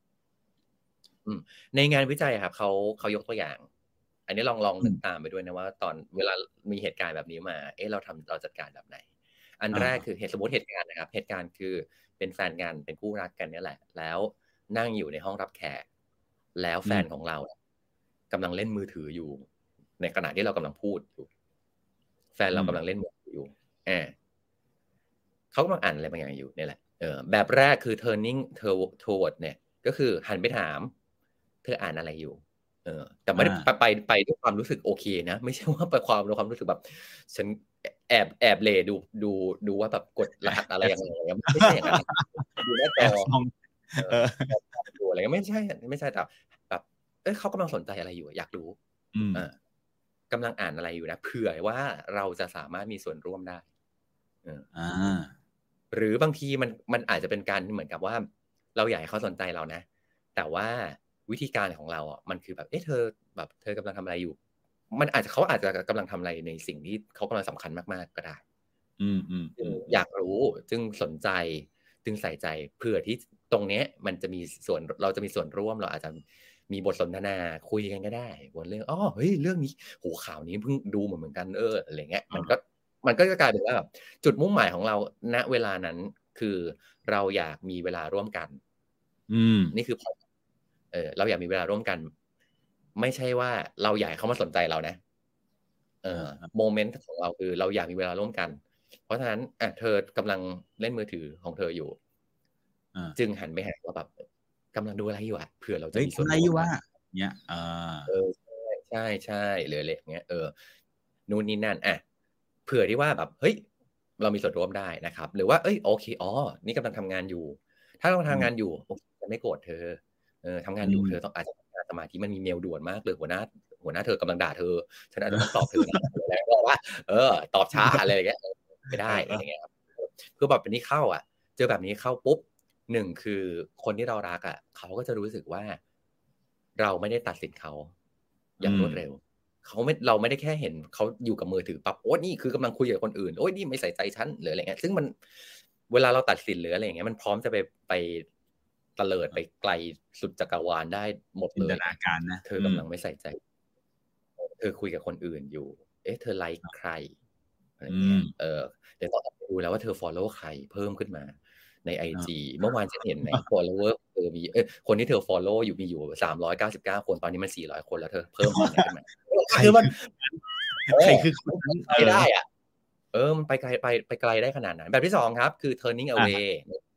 ในงานวิจัยครับเขาเขายกตัวอย่างอันนี้ลองลองนึกตามไปด้วยนะว่าตอนเวลามีเหตุการณ์แบบนี้มาเอ๊ะเราทำเราจัดการแบบไหนอันแรกคือเหตุสมมติเหตุการณ์นะครับเหตุการณ์คือเป็นแฟนกันเป็นคู่รักกันนี่แหละแล้วนั่งอยู่ในห้องรับแขกแล้วแฟนของเรากำลังเล่นมือถืออยู่ในขณะที่เรากำลังพูดอยู่แฟนเรากำลังเล่นมือถืออยู่แอบเขากำลังอ่านอะไรบางอย่างอยู่นี่แหละเออแบบแรกคือ turning toward เนี่ยก็คือหันไปถามเธออ่านอะไรอยู่เออแต่ไม่ได้ไปไปไปด้วยความรู้สึกโอเคนะไม่ใช่ว่าไปความด้วยความรู้สึกแบบฉันแอบแอบเลดูดูดูว่าแบบกดรหัสอะไรอย่างเงี้ยไม่ใช่อย่างนั้นดูหน้าจอเออดูอะไรไม่ใช่ไม่ใช่แต่แบบเอ้ยเขากำลังสนใจอะไรอยู่อยากรู้อ่ากำลังอ่านอะไรอยู่นะเผื่อว่าเราจะสามารถมีส่วนร่วมได้อ่าหรือบางทีมันมันอาจจะเป็นการเหมือนกับว่าเราอยากให้เขาสนใจเรานะแต่ว่าวิธีการของเราอ่ะมันคือแบบเอ๊ะเธอแบบเธอกำลังทำอะไรอยู่มันอาจจะเขาอาจจะกำลังทำอะไรในสิ่งที่เขากำลังสำคัญมากๆก็ได้อืมอืมอยากรู้จึงสนใจจึงใส่ใจเผื่อที่ตรงเนี้ยมันจะมีส่วนเราจะมีส่วนร่วมเราอาจจะมีบทสนทนาคุยกันก็ได้บนเรื่องอ๋อเฮ้ยเรื่องนี้โหข่าวนี้เพิ่งดูเหมือนกันเอออะไรเงี้ยมันก็มันก็จะกลายเป็นว่าแบบจุดมุ่งหมายของเราณเวลานั้นคือเราอยากมีเวลาร่วมกันอืมนี่คือเออเราอยากมีเวลาร่วมกันไม่ใช่ว่าเราอยากให้เขามาสนใจเรานะเออโมเมนต์ของเราคือเราอยากมีเวลาร่วมกันเพราะฉะนั้นอ่ะเธอกำลังเล่นมือถือของเธออยู่จึงหันไปหาว่าแบบกำลังดูอะไรอยู่อ่ะเผื่อเราจะมีส่วนร่วมอะไรอยู่วะเนี่ยเออเออใช่ใช่หรืออะไรอย่างเงี้ยเออนู่นนี่นั่นอ่ะเผื่อที่ว่าแบบเฮ้ยเรามีส่วนร่วมได้นะครับหรือว่าเอ้ยโอเคอ๋อนี่กำลังทำงานอยู่ถ้าเราทำงานอยู่โอเคจะไม่โกรธเธอเออทำงานอยู่เธอต้องอาจจะทำงานสมาธิมันมีเมลด่วนมากเลยหัวหน้าหัวหน้าเธอกำลังด่าเธอฉันอาจจะต้องตอบเธอนะอะไรก็ว่าเออตอบช้าอะไรอย่างเงี้ยไม่ได้อะไรอย่างเงี้ยครับคือแบบนี้เข้าอ่ะเจอแบบนี้เข้าปุ๊บหนึ่งคือคนที่เรารักอ่ะเขาก็จะรู้สึกว่าเราไม่ได้ตัดสินเขาอย่างรวดเร็วเขาไม่เราไม่ได้แค่เห็นเขาอยู่กับมือถือปั๊บโอ้นี่คือกำลังคุยกับคนอื่นโอ้ยนี่ไม่ใส่ใจฉันหรืออะไรเงี้ยซึ่งมันเวลาเราตัดสินหรืออะไรอย่างเงี้ยมันพร้อมจะไปไปตะเลิดไปไกลสุดจักรวาลได้หมดเลยจินตนาการนะเธอกำลังไม่ใส่ใจเธอคุยกับคนอื่นอยู่เอ๊ะเธอไลค์ใครอะไรเงี้ยเออเดี๋ยวต้องดูแล้วว่าเธอ follow ใครเพิ่มขึ้นมาใน ไอ จี เมื่อวานฉันเห็นใน follower เธอมีเอ้ยคนที่เธอ follow อยู่มีอยู่สามร้อยเก้าสิบเก้าคนตอนนี้มันสี่ร้อยคนแล้วเธอเพิ่มขึ้นมาคือมันใครคือไปได้อ่ะเออมันไปไกลไปไปไกลได้ขนาดนั้นแบบที่สองครับคือ turning away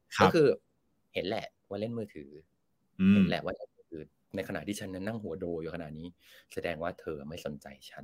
ก็คือเห็นแหละว่าเล่นมือถือเห็นแหละว่าคือในขณะที่ฉันนั้นนั่งหัวโดอยู่ขณะนี้แสดงว่าเธอไม่สนใจฉัน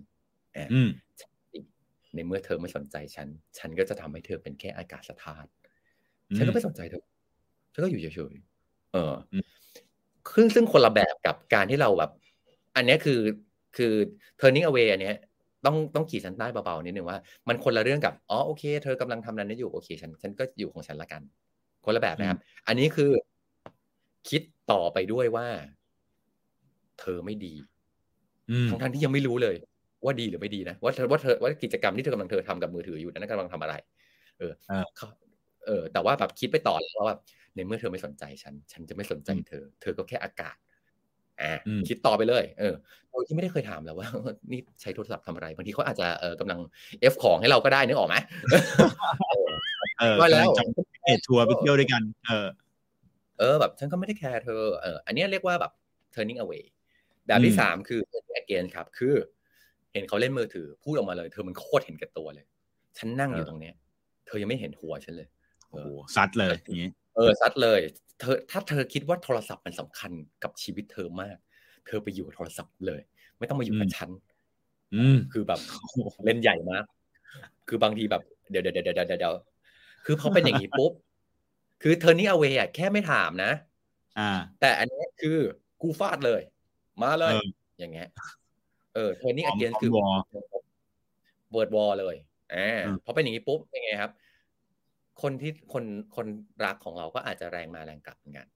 ในเมื่อเธอไม่สนใจฉันฉันก็จะทำให้เธอเป็นแค่อากาศธาตุฉันก็ไม่สนใจเธอฉันก็อยู่เฉยๆเออซึ่งซึ่งคนละแบบกับการที่เราแบบอันนี้คือคือ turning away อันเนี้ยต้องต้องขีดเส้นใต้เบาๆนิดนึงว่ามันคนละเรื่องกับอ๋อโอเคเธอกำลังทำนั้นอยู่โอเคฉันฉันก็อยู่ของฉันละกันคนละแบบนะครับอันนี้คือคิดต่อไปด้วยว่าเธอไม่ดีทั้งทั้งที่ยังไม่รู้เลยว่าดีหรือไม่ดีนะว่าเธอว่าเธอว่ากิจกรรมที่เธอกำลังเธอทำกับมือถืออยู่นั้นกำลังทำอะไรเออเออแต่ว่าแบบคิดไปต่อแล้วว่าในเมื่อเธอไม่สนใจฉันฉันจะไม่สนใจเธอเธอก็แค่อากาศอ่าคิดต่อไปเลยเออโดยที่ไม่ได้เคยถามแล้วว่านี่ใช้โทรศัพท์ทำอะไรบางทีเขาอาจจะเออกำลัง F ของให้เราก็ได้นึกออกไหมเออแล้วจับเอททัวร์ไปเที่ยวด้วยกันเออเออแบบฉันก็ไม่ได้แคร์เธอเอออันนี้เรียกว่าแบบ turning away แบบที่สามคือ turning again ครับคือเห็นเขาเล่นมือถือพูดออกมาเลยเธอมันโคตรเห็นแก่ตัวเลยฉันนั่งอยู่ตรงเนี้ยเธอยังไม่เห็นหัวฉันเลยโอ้โหซัดเลยอย่างนี้เออซัดเลยเธอถ้าเธอคิดว่าโทรศัพท์มันสำคัญกับชีวิตเธอมากเธอไปอยู่กับโทรศัพท์เลยไม่ต้องมาอยู่กับฉันคือแบบเล่นใหญ่มากคือบางทีแบบเดี๋ยวเดี๋ยวเดี๋ยวเดี๋ยวเดี๋ยวคือพอเป็นอย่างนี้ปุ๊บคือ turning away อ่ะแค่ไม่ถามนะอ่าแต่อันนี้คือกูฟาดเลยมาเลยอย่างเงี้ยเออ turning again คือ word war เลยอ่าพอเป็นอย่างนี้ปุ๊บเป็นไงครับคนที่คนคนรักของเราก็อาจจะแรงมาแรงกลับเหมือนกัน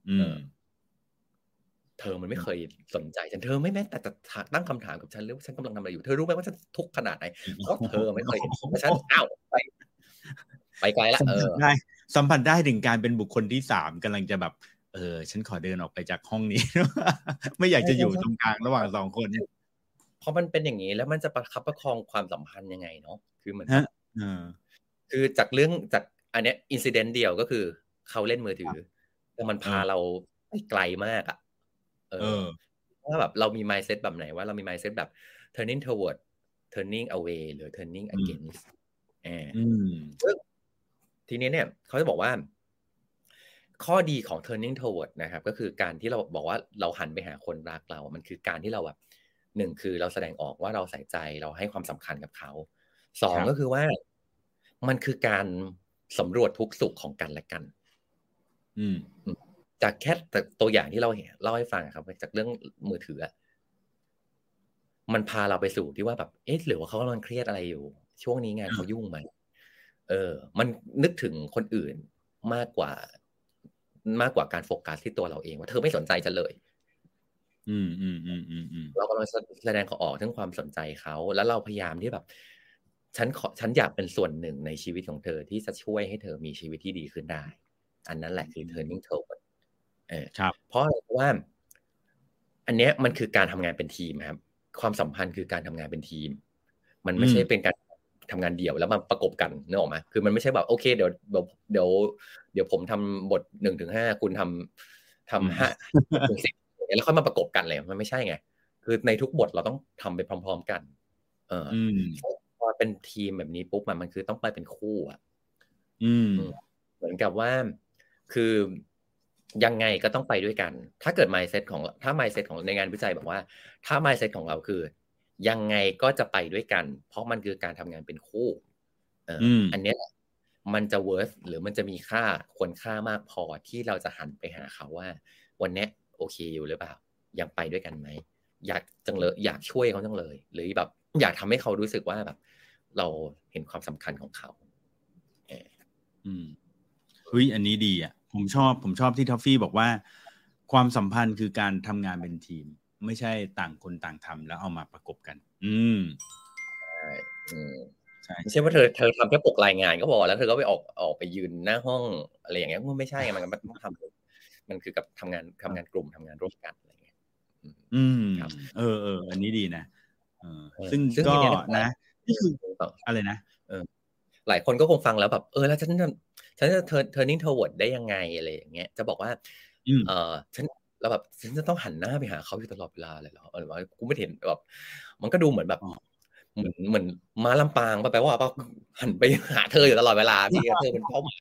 เธอมันไม่เคยสนใจฉันเธอไม่แม้แต่จะตั้งคำถามกับฉันเลยว่าฉันกำลังทำอะไรอยู่เธอรู้ไหมว่าฉันทุกข์ขนาดไหนเพราะเธอไม่เคยเห็นฉันอ้าวไปไปไกลละเออได้สัมผัสได้ถึงการเป็นบุคคลที่สามกำลังจะแบบเออฉันขอเดินออกไปจากห้องนี้ไม่อยากจะอยู่ตรงกลางระหว่างสองคนพอมันเป็นอย่างนี้แล้วมันจะประคับประคองความสัมพันธ์ยังไงเนาะคือเหมือนคือจากเรื่องจากอันเนี้ยอินซิเดนต์เดียวก็คือเขาเล่นมือถือแต่มันพาเราไปไกลมากอ่ะเออว่าแบบเรามี mindset แบบไหนว่าเรามี mindset แบบ turning toward turning away หรือ turning against อ่าทีนี้เนี่ยเขาจะบอกว่าข้อดีของ turning toward นะครับก็คือการที่เราบอกว่าเราหันไปหาคนรักเรามันคือการที่เราแบบหนึ่งคือเราแสดงออกว่าเราใส่ใจเราให้ความสำคัญกับเขาสองก็คือว่ามันคือการสำรวจทุกสุขของกันและกันอืมจากแค่ตัวอย่างที่เราเห็นเล่าให้ฟังครับจากเรื่องมือถืออะมันพาเราไปสู่ที่ว่าแบบเอ๊ะหรือว่าเขากำลังเครียดอะไรอยู่ช่วงนี้งานเขายุ่งไหมเออมันนึกถึงคนอื่นมากกว่ามากกว่าการโฟกัสที่ตัวเราเองว่าเธอไม่สนใจจะเลยอืมอืมอืมอืมอืมเรากำลังแสดงออกถึงความสนใจเขาแล้วเราพยายามที่แบบฉันขอฉันอยากเป็นส่วนหนึ่งในชีวิตของเธอที่จะช่วยให้เธอมีชีวิตที่ดีขึ้นได้อันนั้นแหละคือ turning toward เออครับเพราะว่าอันเนี้ยมันคือการทำงานเป็นทีมครับความสัมพันธ์คือการทำงานเป็นทีมมันไม่ใช่เป็นการทำงานเดี่ยวแล้วมาประกบกันนึกออกไหมคือมันไม่ใช่แบบโอเคเดี๋ยวเดี๋ยวเดี๋ยวเดี๋ยวผมทำบทหนึ่งถึงห้าคุณทำทำห้าถึงสิบแล้วค่อยมาประกบกันเลยมันไม่ใช่ไงคือในทุกบทเราต้องทำไปพร้อมๆกันเออพอเป็นทีมแบบนี้ปุ๊บมันคือต้องไปเป็นคู่อ่ะเหมือนกับว่าคือยังไงก็ต้องไปด้วยกันถ้าเกิด mindset ของถ้า mindset ของในงานวิจัยบอกว่าถ้า mindset ของเราคือยังไงก็จะไปด้วยกันเพราะมันคือการทำงานเป็นคู่เอออันเนี้ยมันจะ worth หรือมันจะมีค่าควรค่ามากพอที่เราจะหันไปหาเขาว่าวันนี้โอเคอยู่หรือเปล่ายังไปด้วยกันไหมอยากจังเลยอยากช่วยเขาจังเลยหรือแบบอยากทำให้เขารู้สึกว่าแบบเราเห็นความสำคัญของเขาอืมเฮ้ยอันนี้ดีอ่ะผมชอบผมชอบที่ทอฟฟี่บอกว่าความสัมพันธ์คือการทำงานเป็นทีมไม่ใช่ต่างคนต่างทำแล้วเอามาประกบกันอืมใช่อืมใช่ไม่ใช่ว่าเธอเธอทำแค่ปกรายงานก็พอแล้วเธอก็ไปออกออกไปยืนหน้าห้องอะไรอย่างเงี้ยมันไม่ใช่ไงมันมันต้องทำมันคือกับทำงานทำงานกลุ่มทำงานร่วมกันอะไรเงี้ยอืมเออเอออันนี้ดีนะเออซึ่งก็นะนี่คืออะไรนะเออหลายคนก็คงฟังแล้วแบบเออแล้วฉันจะฉันจะ turning toward ได้ยังไงอะไรอย่างเงี้ยจะบอกว่าเออฉันแล้วแบบฉันจะต้องหันหน้าไปหาเขาอยู่ตลอดเวลาเลยเหรอเออว่ากูไม่เห็นแบบมันก็ดูเหมือนแบบเหมือนเหมือนม้าลำปางแปลว่าป่ะหันไปหาเธออยู่ตลอดเวลาที่เธอเป็นเป้าหมาย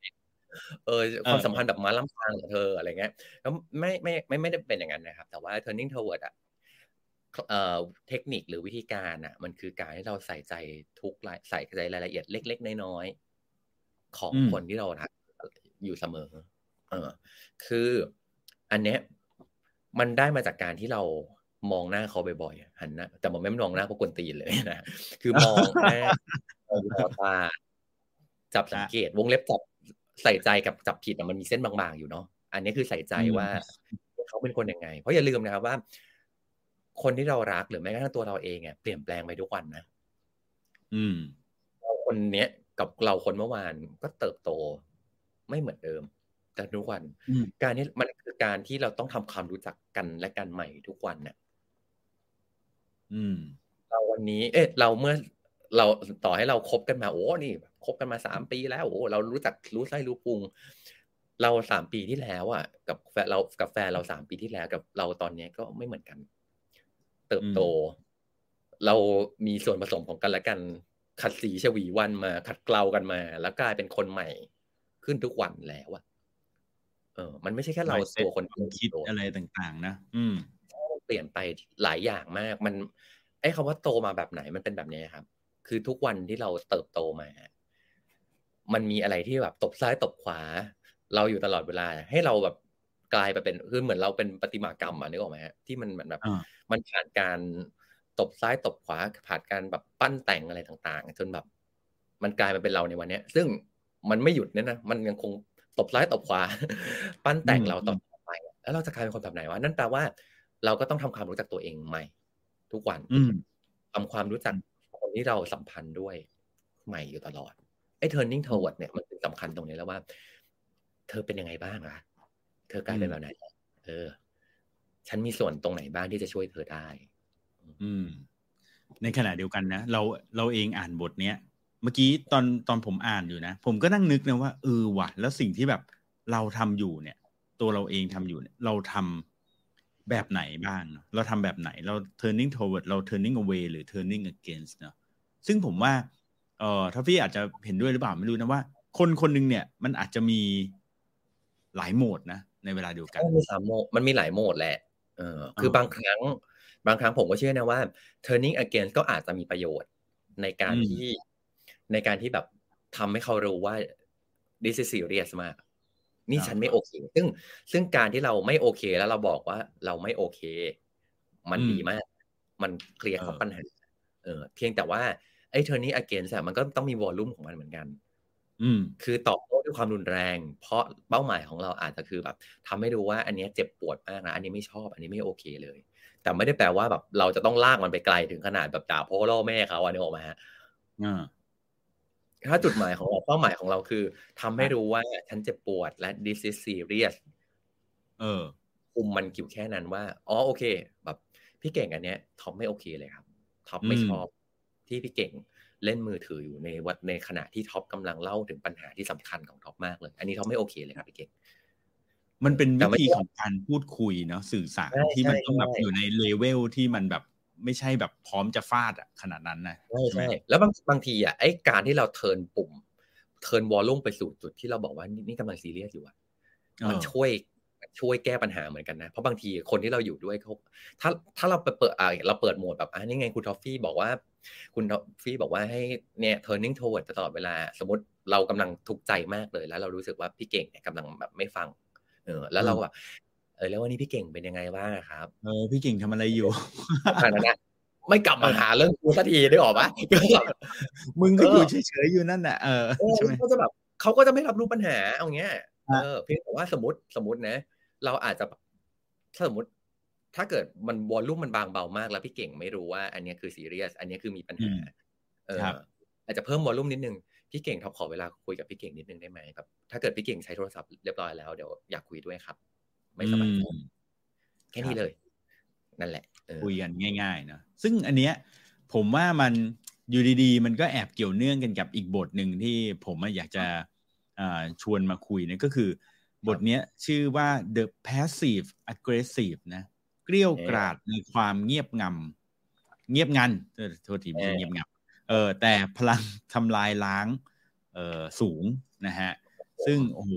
เออความสัมพันธ์แบบม้าล่ำซางของเธออะไรเงี้ยแล้วไม่ไม่ไม่ไม่ได้เป็นอย่างนั้นนะครับแต่ว่า turning toward อ่ะเอ่อเทคนิคหรือวิธีการอ่ะมันคือการที่เราใส่ใจทุกรายใส่ใจรายละเอียดเล็กๆน้อยๆของคนที่เรารักอยู่เสมอเออคืออันเนี้ยมันได้มาจากการที่เรามองหน้าเขาบ่อยๆหันหน้าแต่มันไม่มองหน้าเพราะกวนตีนเลยนะคือมองหน้ามองตาจับสังเกตวงเล็บจับใส่ใจกับจับผิดมันมีเส้นบางๆอยู่เนาะอันนี้คือใส่ใจว่าเขาเป็นคนยังไงเพราะอย่าลืมนะครับว่าคนที่เรารักหรือแม้กระทั่งตัวเราเองอ่ะเปลี่ยนแปลงไปทุกวันนะอืมคนเนี้ยกับเราคนเมื่อวานก็เติบโตไม่เหมือนเดิมแต่ทุกวันการนี้มันคือการที่เราต้องทำความรู้จักกันและกันใหม่ทุกวันเนี่ยอืมเราวันนี้เอ๊ะเราเมื่อเราต่อให้เราคบกันมาโอ้นี่คบกันมาสามปีแล้วโอ้เรารู้จักรู้ไส้รู้พุงเราสามปีที่แล้วอ่ะกับแฟนเรากับแฟนเราสามปีที่แล้วกับเราตอนนี้ก็ไม่เหมือนกันเติบโตเรามีส่วนผสมของกันและกันขัดสีฉวีวันมาขัดเกลากันมาแล้วกลายเป็นคนใหม่ขึ้นทุกวันแล้วอ่ะเออมันไม่ใช่แค่เราตัวคนคิดอะไรต่างๆนะอืมเปลี่ยนไปหลายอย่างมากมันไอ้คำว่าโตมาแบบไหนมันเป็นแบบนี้ครับคือทุกวันที่เราเติบโตมามันมีอะไรที่แบบตบซ้ายตบขวาเราอยู่ตลอดเวลาให้เราแบบกลายไปเป็นคือเหมือนเราเป็นประติมากรรมอ่ะนึกออกไหมฮะที่มันเหมือนแบบมันผ่านการตบซ้ายตบขวาผ่านการแบบปั้นแต่งอะไรต่างๆจนแบบมันกลายมาเป็นเราในวันนี้ซึ่งมันไม่หยุดเนี่ยนะมันยังคงตบซ้ายตบขวาปั้นแต่งเราต่อไปแล้วเราจะกลายเป็นคนแบบไหนวะนั่นแปลว่าเราก็ต้องทำความรู้จักตัวเองใหม่ทุกวันทำความรู้จักคนที่เราสัมพันธ์ด้วยใหม่อยู่ตลอดไอ้ turning toward เนี่ยมันสำคัญตรงนี้แล้วว่าเธอเป็นยังไงบ้างล่ะเธอกลายเป็นแบบไหนเออฉันมีส่วนตรงไหนบ้างที่จะช่วยเธอได้อืมในขณะเดียวกันนะเราเราเองอ่านบทเนี้ยเมื่อกี้ตอนตอนผมอ่านอยู่นะผมก็นั่งนึกนะว่าเออว่ะแล้วสิ่งที่แบบเราทำอยู่เนี่ยตัวเราเองทำอยู่เนี่ยเราทำแบบไหนบ้างเราทำแบบไหนเรา turning toward เรา turning away หรือ turning against เนาะซึ่งผมว่าเอ่อถ้าพี่อาจจะเห็นด้วยหรือเปล่าไม่รู้นะว่าคนคนนึงเนี่ยมันอาจจะมีหลายโหมดนะในเวลาเดียวกันมันมีสามโหมดมันมีหลายโหมดแหละเออคือบางครั้งบางครั้งผมก็เชื่อนะว่า turning against ก็อาจจะมีประโยชน์ในการที่ในการที่แบบทำให้เขารู้ว่า this is serious มากนี่ฉันไม่โอเคซึ่งซึ่งการที่เราไม่โอเคแล้วเราบอกว่าเราไม่โอเคมันดีมากมันเคลียร์ข้อปัญหาเออเพียงแต่ว่าไอ้ turning against มันก็ต้องมีวอลลุ่มของมันเหมือนกันคือตอบโต้ด้วยความรุนแรงเพราะเป้าหมายของเราอาจจะคือแบบทำให้ดูว่าอันนี้เจ็บปวดมากนะอันนี้ไม่ชอบอันนี้ไม่โอเคเลยแต่ไม่ได้แปลว่าแบบเราจะต้องลากมันไปไกลถึงขนาดแบบด่าพ่อล่อแม่เขาอันนี้ออกมาฮะถ้าจุดหมายของเราเป้าหมายของเราคือทำให้รู้ว่าฉันเจ็บปวดและ this is serious เออคุมมันอยู่แค่นั้นว่าอ๋อโอเคแบบพี่เก่งอันเนี้ยท็อปไม่โอเคเลยครับท็อปไม่ชอบที่พี่เก่งเล่นมือถืออยู่ในวัดในขณะที่ท็อปกำลังเล่าถึงปัญหาที่สำคัญของท็อปมากเลยอันนี้ท็อปไม่โอเคเลยครับพี่เก่งมันเป็นวิธีของการพูดคุยเนาะสื่อสารที่มันต้องแบบอยู่ในเลเวลที่มันแบบไม่ใช่แบบพร้อมจะฟาดอะขนาดนั้นนะใช่ไหมแล้วบางบางทีอ่ะไอ้การที่เราเทิร์นปุ่มเทิร์นวอลลุ่มไปสู่จุดที่เราบอกว่านี่กำลังซีเรียสอยู่อ่ะมันช่วยช่วยแก้ปัญหาเหมือนกันนะเพราะบางทีคนที่เราอยู่ด้วยเขาถ้าถ้าเราไปเปิดอ่าเราเปิดโหมดแบบอ่านี่ไงคุณทอฟฟี่บอกว่าคุณทอฟฟี่บอกว่าให้เนี่ย turning toward ตลอดเวลาสมมติเรากำลังทุกข์ใจมากเลยแล้วเรารู้สึกว่าพี่เก่งเนี่ยกำลังแบบไม่ฟังเออแล้วเราแบบเออแล้ววันนี้พี่เก่งเป็นยังไงบ้างครับเออพี่เก่งทำอะไรอยู่ขนาดนั้นไม่กลับมาหาเรื่องกูสักทีได้หรอปะมึงก็อยู่เฉยๆอยู่นั่นแหละเออใช่ไหมเขาจะแบบเขาก็จะไม่รับรู้ปัญหาเอาเงี้ยเออเพียงแต่ว่าสมมติสมมตินะเราอาจจะถ้าสมมติถ้าเกิดมันวอลลุ่มมันบางเบามากแล้วพี่เก่งไม่รู้ว่าอันนี้คือซีเรียสอันนี้คือมีปัญหาเอออาจจะเพิ่มวอลลุ่มนิดนึงพี่เก่งท็อปขอเวลาคุยกับพี่เก่งนิดนึงได้ไหมแบบถ้าเกิดพี่เก่งใช้โทรศัพท์เรียบร้อยแล้วเดี๋ยวอยากคุยด้วยครับไม่สบายใจแค่นี้เลยนั่นแหละคุยกันง่ายๆนะซึ่งอันเนี้ยผมว่ามันอยู่ดีๆมันก็แอบเกี่ยวเนื่องกันกับอีกบทหนึ่งที่ผมอยากจะชวนมาคุยนะก็คือบทเนี้ยชื่อว่า The Passive Aggressive นะเกลี้ยวกราดในความเงียบงำเงียบงันโทษทีไม่ใช่เงียบงำเออแต่พลังทำลายล้างเออสูงนะฮะซึ่งโอ้โห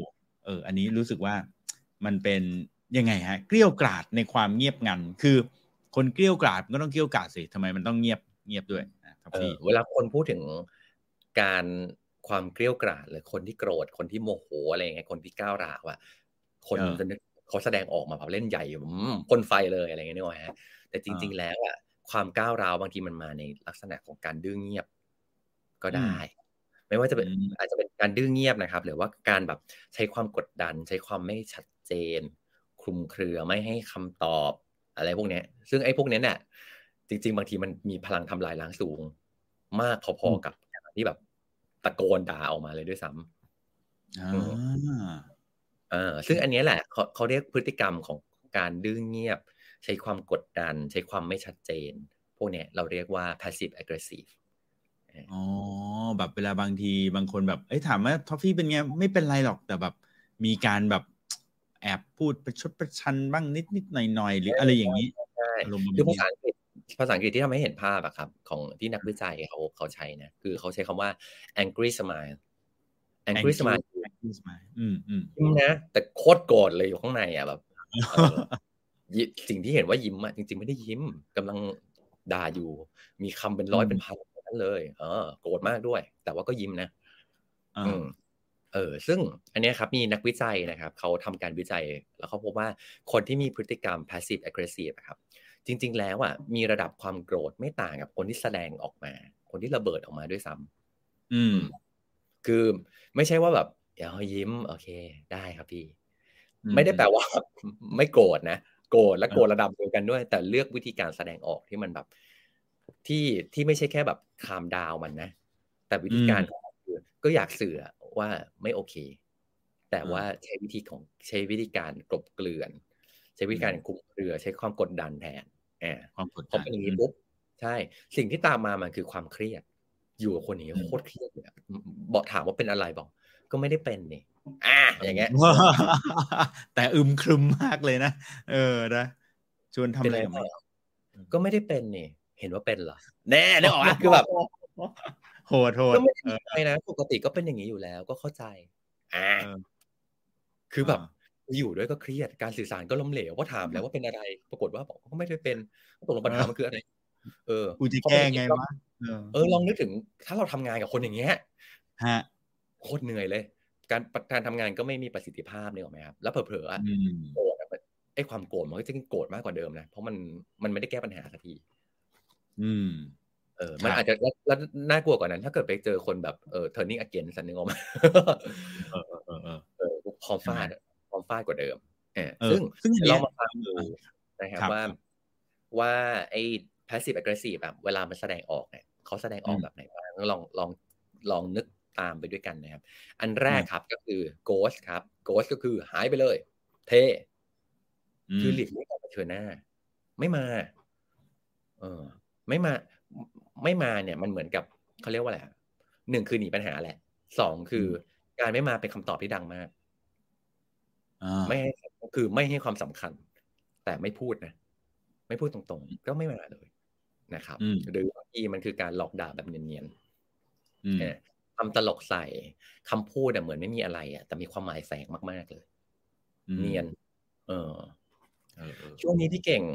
เอออันนี้รู้สึกว่ามันเป็นยังไงฮะเกลี้ยวกล่อมในความเงียบงันคือคนเกลี้ยวกล่อมก็ต้องเกลี้ยวกล่อมสิทำไมมันต้องเงียบเงียบด้วยครับพี่เวลาคนพูดถึงการความเกลี้ยวกล่อมหรือคนที่โกรธคนที่โมโหอะไรอย่างเงี้ยคนที่ก้าวร้าวอ่ะคนจะนึกเขาแสดงออกมาแบบเล่นใหญ่พ่นไฟเลยอะไรเงี้ยนึกว่าฮะแต่จริงๆแล้วอ่ะความก้าวร้าวบางทีมันมาในลักษณะของการดื้อเงียบก็ได้ไม่ว่าจะเป็นอาจจะเป็นการดื้อเงียบนะครับหรือว่าการแบบใช้ความกดดันใช้ความไม่ชัดเจนคลุมเครือไม่ให้คำตอบอะไรพวกนี้ซึ่งไอ้พวกนี้เนี่ยจริงๆบางทีมันมีพลังทำลายล้างสูงมากพอๆกับการที่แบบตะโกนด่าออกมาเลยด้วยซ้ำอ่าอ่าซึ่งอันนี้แหละเขาเขาเรียกพฤติกรรมของการดื้อเงียบใช้ความกดดันใช้ความไม่ชัดเจนพวกนี้เราเรียกว่า passive aggressive อ๋อแบบเวลาบางทีบางคนแบบเอ้ยถามว่าทอฟฟี่เป็นไงไม่เป็นไรหรอกแต่แบบมีการแบบแอบพูดประชดประชันบ้างนิดนิดหน่อยหน่อยหรืออะไรอย่างนี้คือภาษาอังกฤษภาษาอังกฤษที่ทำให้เห็นภาพอะครับของที่นักวิจัยเขาเขาใช้นะคือเขาใช้คำว่า angry smile angry smile อืมอืมยิ้มนะแต่โคตรโกรธเลยอยู่ข้างในอะแบบสิ่งที่เห็นว่ายิ้มอะจริงๆไม่ได้ยิ้มกำลังด่าอยู่มีคำเป็นร้อยเป็นพันนั้นเลยเออโกรธมากด้วยแต่ว่าก็ยิ้มนะอืมเออซึ่งอันนี้ครับมีนักวิจัยนะครับเขาทำการวิจัยแล้วเขาพบว่าคนที่มีพฤติกรรม passive aggressive ครับจริงๆแล้วอ่ะมีระดับความโกรธไม่ต่างกับคนที่แสดงออกมาคนที่ระเบิดออกมาด้วยซ้ำอืมคือไม่ใช่ว่าแบบเดี๋ยวยิ้มโอเคได้ครับพี่ไม่ได้แปลว่าไม่โกรธนะโกรธและโกรธระดับเดียวกันด้วยแต่เลือกวิธีการแสดงออกที่มันแบบที่ที่ไม่ใช่แค่แบบคามดาวมันนะแต่วิธีการก็อยากสื่อว่าไม่โอเคแต่ว่าใช้วิธีของใช้วิธีการกลบเกลื่อนใช้วิธีการคุมเครือใช้ความกดดันแทนแอบความกดดันพอเป็นอย่างนี้ปุ๊บใช่สิ่งที่ตามมามันคือความเครียดอยู่กับคนนี้โคตรเครียดเลยบอกถามว่าเป็นอะไรบอกก็ไม่ได้เป็นนี่อ่าอย่างเงี้ยแต่อึมครึมมากเลยนะเออนะชวนทำอะไรกับมันก็ไม่ได้เป็นนี่เห็นว่าเป็นเหรอแน่นึกออกอ่ะคือแบบโหดโหดก็ไม่ได้ไปนะปกติก็เป็นอย่างนี้อยู่แล้วก็เข้าใจอ่าคือแบบอยู่ด้วยก็เครียดการสื่อสารก็ล้มเหลวเพราะถามแล้วว่าเป็นอะไรปรากฏว่าบอกก็ไม่ได้เป็นตกลงปัญหามันคืออะไรเออกูจะแก้ไงวะเออลองนึกถึงถ้าเราทำงานกับคนอย่างเงี้ยฮะโคตรเหนื่อยเลยการการทำงานก็ไม่มีประสิทธิภาพเนี่ยหรอไหมครับแล้วเผลอๆอ่ะโกรธไอ้ความโกรธมันก็จะโกรธมากกว่าเดิมนะเพราะมันมันไม่ได้แก้ปัญหาสักทีอืมเออมันอาจจะแล้วน่ากลัวกว่านั้นถ้าเกิดไปเจอคนแบบเออ turning against นึงออกมาเออเออเออเออพร้อมฟาดพร้อมฟาดกว่าเดิมเออซึ่งซึ่งเรามาฟังดูนะครับว่าว่าไอ้ passive aggressive แบบเวลามันแสดงออกเนี่ยเขาแสดงออกแบบไหนบ้างลองลองลองนึกตามไปด้วยกันนะครับอันแรกครับก็คือ ghost ครับ ghost ก็คือหายไปเลยเทคือหลีกเลี่ยงการเผชิญหน้าไม่มาเออไม่มาไม่มาเนี่ยมันเหมือนกับเขาเรียกว่าอะไรหนึ่งคือหนีปัญหาแหละสองคือการไม่มาเป็นคำตอบที่ดังมากไม่ให้คือไม่ให้ความสำคัญแต่ไม่พูดนะไม่พูดตรงๆก็ไม่มาเลยนะครับหรือบางทีมันคือการหลอกด่าแบบเนียนๆทำตลกใส่คำพูดเหมือนไม่มีอะไรอ่ะแต่มีความหมายแฝงมากๆเลยเนียนเออช่วงนี้พี่เก่ง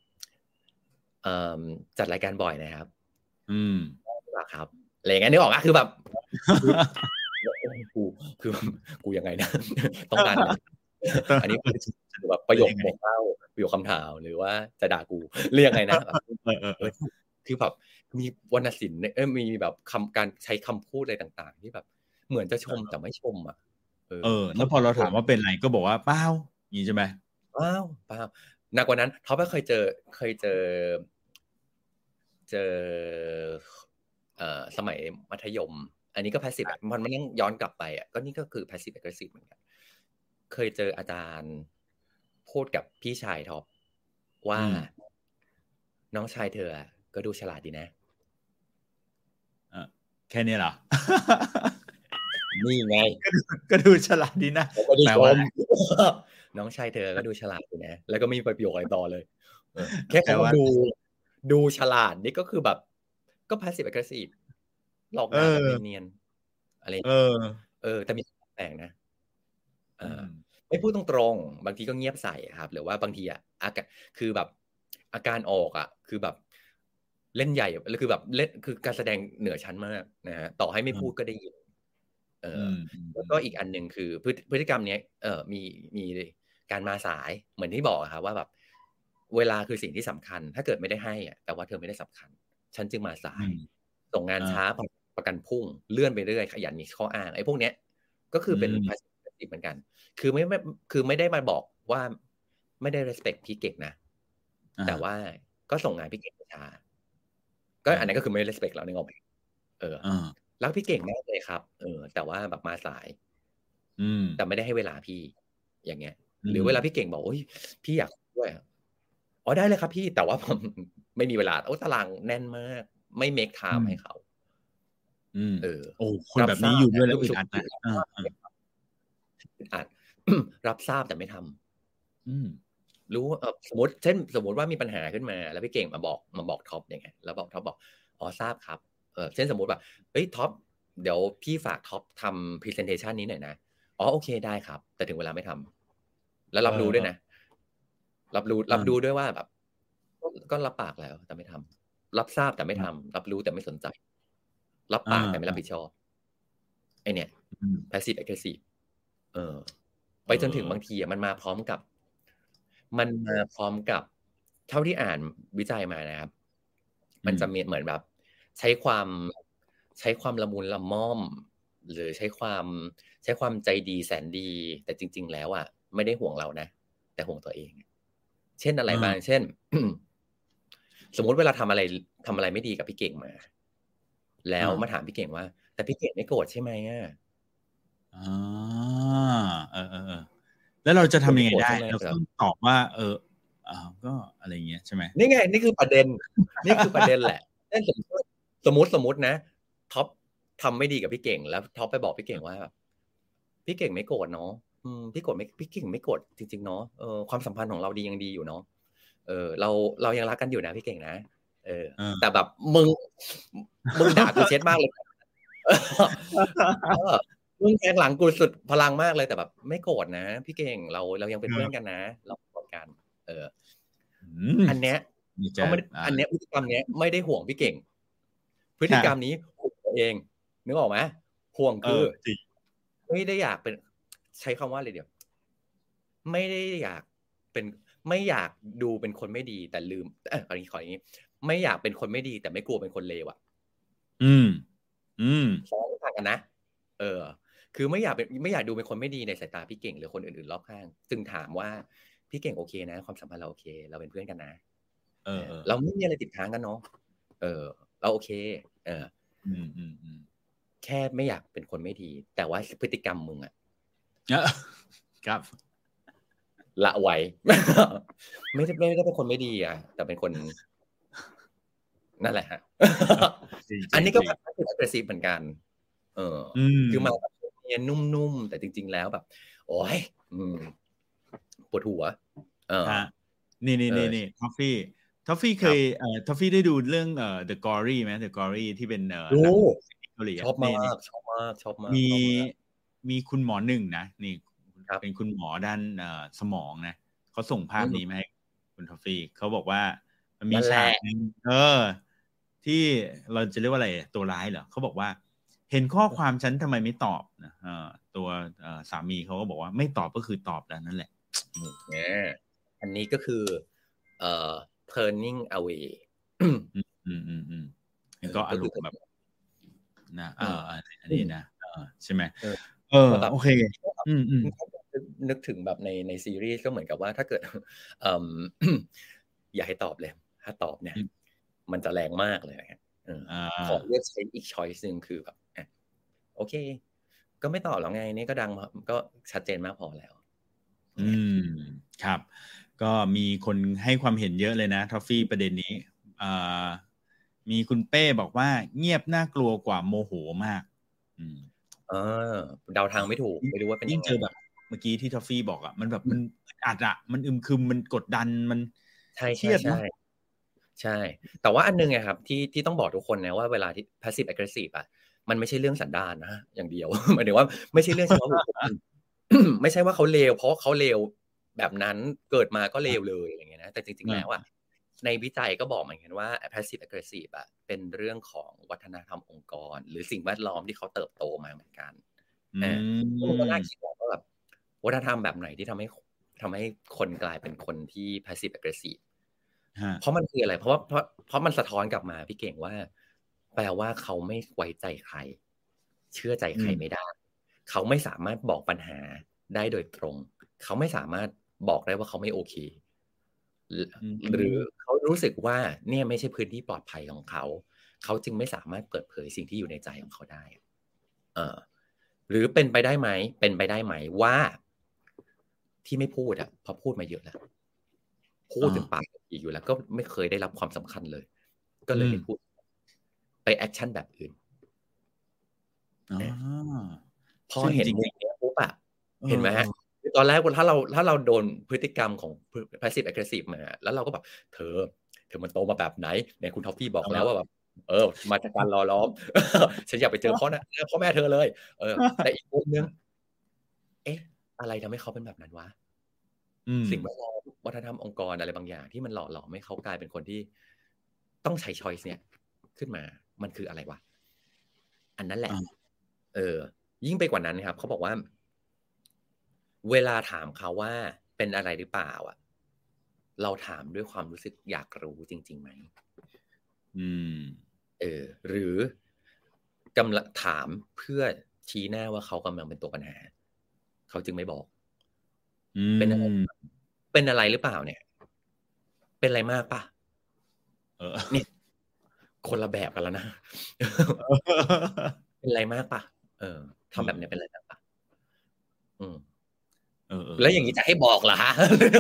จัดรายการบ่อยนะครับอืมครับอะไรอย่างเงี้ยนึกออกอ่ะคือแบบกูคือกูยังไงนะต้องการอันนี้คือแบบประโยคบอกเล่าประโยคคำถามหรือว่าจะด่ากูเรียกไงนะแบบคือแบบมีวรรณศิลป์เอ้ยมีแบบคำการใช้คำพูดอะไรต่างๆที่แบบเหมือนจะชมแต่ไม่ชมอ่ะเออแล้วพอเราถามว่าเป็นไรก็บอกว่าเปล่าอย่างนี้ใช่ไหมเปล่าเปล่าหนักกว่านั้นเขาไม่เคยเจอเคยเจอเจอเอ่อสมัยมัธยมอันนี้ก็ passive มันมันยังย้อนกลับไปอ่ะก็นี่ก็คือ passive aggressive เหมือนกันเคยเจออาจารย์พูดกับพี่ชายท็อปว่าน้องชายเธอก็ดูฉลาดดีนะแค่นี้เหรอนี่ไงก็ดูฉลาดดีนะแปลว่าน้องชายเธอก็ดูฉลาดดีนะแล้วก็มีประโยคอะไรต่อเลยแค่คำว่าดูดูฉลาดนี่ก็คือแบบก็ passive aggressive หลอกด่าแบบเนียนๆอะไรเออเออแต่มีแปลกนะอ่าไม่พูดตรงๆบางทีก็เงียบใส่ครับหรือว่าบางทีอ่ะอาการคือแบบอาการออกอ่ะคือแบบเล่นใหญ่แล้วคือแบบเล่นคือการแสดงเหนือชั้นมากนะฮะต่อให้ไม่พูดก็ได้ยินเออแล้วก็อีกอันนึงคือพฤติกรรมเนี้ยเออมีมีการมาสายเหมือนที่บอกครับว่าแบบเวลาคือสิ่งที่สำคัญถ้าเกิดไม่ได้ให้อ่ะแปลว่าเธอไม่ได้สำคัญฉันจึงมาสายส่งงานช้าประกันพุ่งเลื่อนไปเรื่อยขยันมีข้ออ้างไอ้พวกเนี้ยก็คือเป็นภาษาเหมือนกันคือไม่ไม่คือไม่ได้มาบอกว่าไม่ได้ respect พี่เก่งนะแต่ว่าก็ส่งงานพี่เก่งช้าก็อันนั้นก็คือไม่ respect แล้วนึกออกไหมเออรักพี่เก่งมากเลยครับเออแต่ว่าแบบมาสายอืมแต่ไม่ได้ให้เวลาพี่อย่างเงี้ยหรือเวลาพี่เก่งบอกโอ้ยพี่อยากด้วยอ๋อได้เลยครับพี่แต่ว่าผมไม่มีเวลาโอ้ตารางแน่นมากไม่ make time ให้เขาอืมเออโอ้คนแบบนี้อยู่ด้วยแล้วอึดอัดนะอ่ารับทราบแต่ไม่ทำอืมรู้เออสมมติเช่นสมมติว่ามีปัญหาขึ้นมาแล้วพี่เก่งมาบอกมาบอกท็อปอย่างเงี้ยแล้วบอกท็อปบอกอ๋อทราบครับเออเช่นสมมติแบบเฮ้ยท็อปเดี๋ยวพี่ฝากท็อปทำ presentation นี้หน่อยนะอ๋อโอเคได้ครับแต่ถึงเวลาไม่ทำแล้วรับรู้ด้วยนะรับรู้รับรู้ด้วยว่าแบบก็รับปากแล้วแต่ไม่ทำรับทราบแต่ไม่ทำรับรู้แต่ไม่สนใจรับปากแต่ไม่รับผิดชอบไอเนี่ย passive aggressive เออไปจนถึงบางทีอ่ะมันมาพร้อมกับมันมาพร้อมกับเท่าที่อ่านวิจัยมานะครับมันจะมีเหมือนแบบใช้ความใช้ความละมุนละม่อมหรือใช้ความใช้ความใจดีแสนดีแต่จริงๆแล้วอ่ะไม่ได้ห่วงเรานะแต่ห่วงตัวเองเช่นอะไรบ้างเช่นสมมุติเวลาทำอะไรทำอะไรไม่ดีกับพี่เก่งมาแล้วมาถามพี่เก่งว่าแต่พี่เก่งไม่โกรธใช่ไหมอ่ะอ่าเออเออแล้วเราจะทำยังไงได้เราต้องตอบว่าเอออ่าก็อะไรเงี้ยใช่ไหมนี่ไงนี่คือประเด็นนี่คือประเด็นแหละเช่นสมมติสมมติสมมตินะท็อปทำไม่ดีกับพี่เก่งแล้วท็อปไปบอกพี่เก่งว่าแบบพี่เก่งไม่โกรธเนาะอืมพี่โกรธไม่พี่เก่งไม่โกรธจริงๆเนาะเออความสัมพันธ์ของเราดียังดีอยู่เนาะเออเราเรายังรักกันอยู่นะพี่เก่งนะเออแต่แบบมึงมึงด่ากูเช็ดมากเลยมึงแทงหลังกูสุดพลังมากเลยแต่แบบไม่โกรธนะพี่เก่งเราเรายังเป็นเพื่อนกันนะเราโกรธกันเอออันเนี้ยเขาไม่อันเนี้ยพฤติกรรมเนี้ยไม่ได้ห่วงพี่เก่งพฤติกรรมนี้ห่วงตัวเองนึกออกไหมห่วงคือไม่ได้อยากเป็นใช้คำว่าอะไรเดี๋ยวไม่ได้อยากเป็นไม่อยากดูเป็นคนไม่ดีแต่ลืมเออขออย่างนี้ขออย่างนี้ไม่อยากเป็นคนไม่ดีแต่ไม่กลัวเป็นคนเลวอ่ะอืมอืมสองต่างกันนะเออคือไม่อยากเป็นไม่อยากดูเป็นคนไม่ดีในสายตาพี่เก่งหรือคนอื่นๆรอบข้างจึงถามว่าพี่เก่งโอเคนะความสัมพันธ์เราโอเคเราเป็นเพื่อนกันนะเออเราไม่มีอะไรติดค้างกันเนาะเออเราโอเคเอออืมอืมอืมแค่ไม่อยากเป็นคนไม่ดีแต่ว่าพฤติกรรมมึงอ่ะครับละไว้ ไม่ได้ไม่ได้เป็นคนไม่ดีอ่ะแต่เป็นคนนั่นแหละฮะ อันนี้ก็เป็น aggressive เหมือนกันเออคือมาแบบเนียนนุ่มๆแต่จริงๆแล้วแบบโอ้ยปวดหัวเออนี่นี่นี่นี่ท็อฟฟี่ท็อฟฟี่เคยเอ่อท็อฟฟี่ได้ดูเรื่องเอ่อ The Gory ไหม The Gory ที่เป็นเอ่อดูชอบมากชอบมากชอบมากมีมีคุณหมอหนึ่งนะนี่เป็นคุณหมอด้านเอ่อสมองนะเขาส่งภาพนี้มาให้คุณท็อฟฟี่เขาบอกว่ามันมีฉากนึงเออที่เราจะเรียกว่าอะไรตัวร้ายเหรอเขาบอกว่าเห็นข้อความฉันทำไมไม่ตอบนะเออตัวเอ่อสามีเขาก็บอกว่าไม่ตอบก็คือตอบแล้วนั่นแหละเนี่ยอันนี้ก็คือเอ่อ turning away อืมอืมอืมอืมก็อารมณ์แบบนะเอออันนี้นะเออใช่ไหมเออโอเคอืมอืมนึกถึงแบบในในซีรีส์ก็เหมือนกับว่าถ้าเกิดเอ่ออย่าให้ตอบเลยถ้าตอบเนี่ยมันจะแรงมากเลยนะขอเลือกใช้อีกช้อยส์นึงคือแบบโอเคก็ไม่ตอบแล้วไงนี่ก็ดังก็ชัดเจนมากพอแล้วอืมครับก็มีคนให้ความเห็นเยอะเลยนะทอฟฟี่ประเด็นนี้อ่ามีคุณเป้บอกว่าเงียบน่ากลัวกว่าโมโหมากอืมเออเดาทางไม่ถูกไม่รู้ว่าเป็นยังไงเจอแบบเมื่อกี้ที่ทอฟฟี่บอกอ่ะมันแบบมันอัดอ่ะมันอึมครึมมันกดดันมันเครียดนะใช่แต่ว่าอันนึงไงครับที่ที่ต้องบอกทุกคนนะว่าเวลาที่ passive aggressive อ่ะมันไม่ใช่เรื่องสันดานนะอย่างเดียวหมายถึงว่าไม่ใช่เรื่องเฉพาะบุคคลไม่ใช่ว่าเขาเลวเพราะเขาเลวแบบนั้นเกิดมาก็เลวเลยอะไรเงี้ยนะแต่จริงๆแล้วอ่ะในวิจัยก็บอกเหมือนกันว่า passive aggressive อ่ะเป็นเรื่องของวัฒนธรรมองค์กรหรือสิ่งแวดล้อมที่เขาเติบโตมาเหมือนกันอ่ามันก็น่าคิดว่าแบบวัฒนธรรมแบบไหนที่ทำให้ทำให้คนกลายเป็นคนที่ passive aggressive เพราะมันคืออะไรเพราะว่าเพราะเพราะมันสะท้อนกลับมาพี่เก่งว่าแปลว่าเขาไม่ไว้ใจใครเชื่อใจใครไม่ได้เขาไม่สามารถบอกปัญหาได้โดยตรงเขาไม่สามารถบอกได้ว่าเขาไม่โอเคหรือเขารู้สึกว่าเนี่ยไม่ใช่พื้นที่ปลอดภัยของเขาเขาจึงไม่สามารถเปิดเผยสิ่งที่อยู่ในใจของเขาได้เออหรือเป็นไปได้ไหมเป็นไปได้ไหมว่าที่ไม่พูดอ่ะเพราะพูดมาเยอะแล้วพูดจนปากอีกอยู่แล้วก็ไม่เคยได้รับความสำคัญเลยก็เลยไม่พูดไปแอคชั่นแบบอื่นพอเห็นมุมนี้ปุ๊บอะเห็นไหมฮะตอนแรกถ้าเราถ้าเราโดนพฤติกรรมของ passive aggressive มาแล้วเราก็แบบเธอเธอมันโตมาแบบไหนเนี่ยคุณท็อฟฟี่บอกแล้วว่าแบบเออมาจากการรอล้อมฉันอยากไปเจอพ่อนะพ่อแม่เธอเลยเออแต่อีกมุมนึงเอ๊ะอะไรทำให้เขาเป็นแบบนั้นวะสิ่งแวดล้อมวัฒนธรรมองค์กรอะไรบางอย่างที่มันหล่อหลอมให้เขากลายเป็นคนที่ต้องใช้ choice เนี่ยขึ้นมามันคืออะไรวะอันนั้นแหละเออยิ่งไปกว่านั้นนะครับเขาบอกว่าเวลาถามเขาว่าเป็นอะไรหรือเปล่าอ่ะเราถามด้วยความรู้สึกอยากรู้จริงๆไหมอืมเออหรือกำลังถามเพื่อชี้หน้าว่าเขากำลังเป็นตัวปัญหาเขาจึงไม่บอกเป็นอะไรเป็นอะไรหรือเปล่าเนี่ยเป็นอะไรมากป่ะเออนี่คนละแบบกันแล้วนะเป็นอะไรมากป่ะเออทำแบบนี้เป็นอะไรมากป่ะอืมเออแล้วอย่างนี้จะให้บอกเหรอฮะ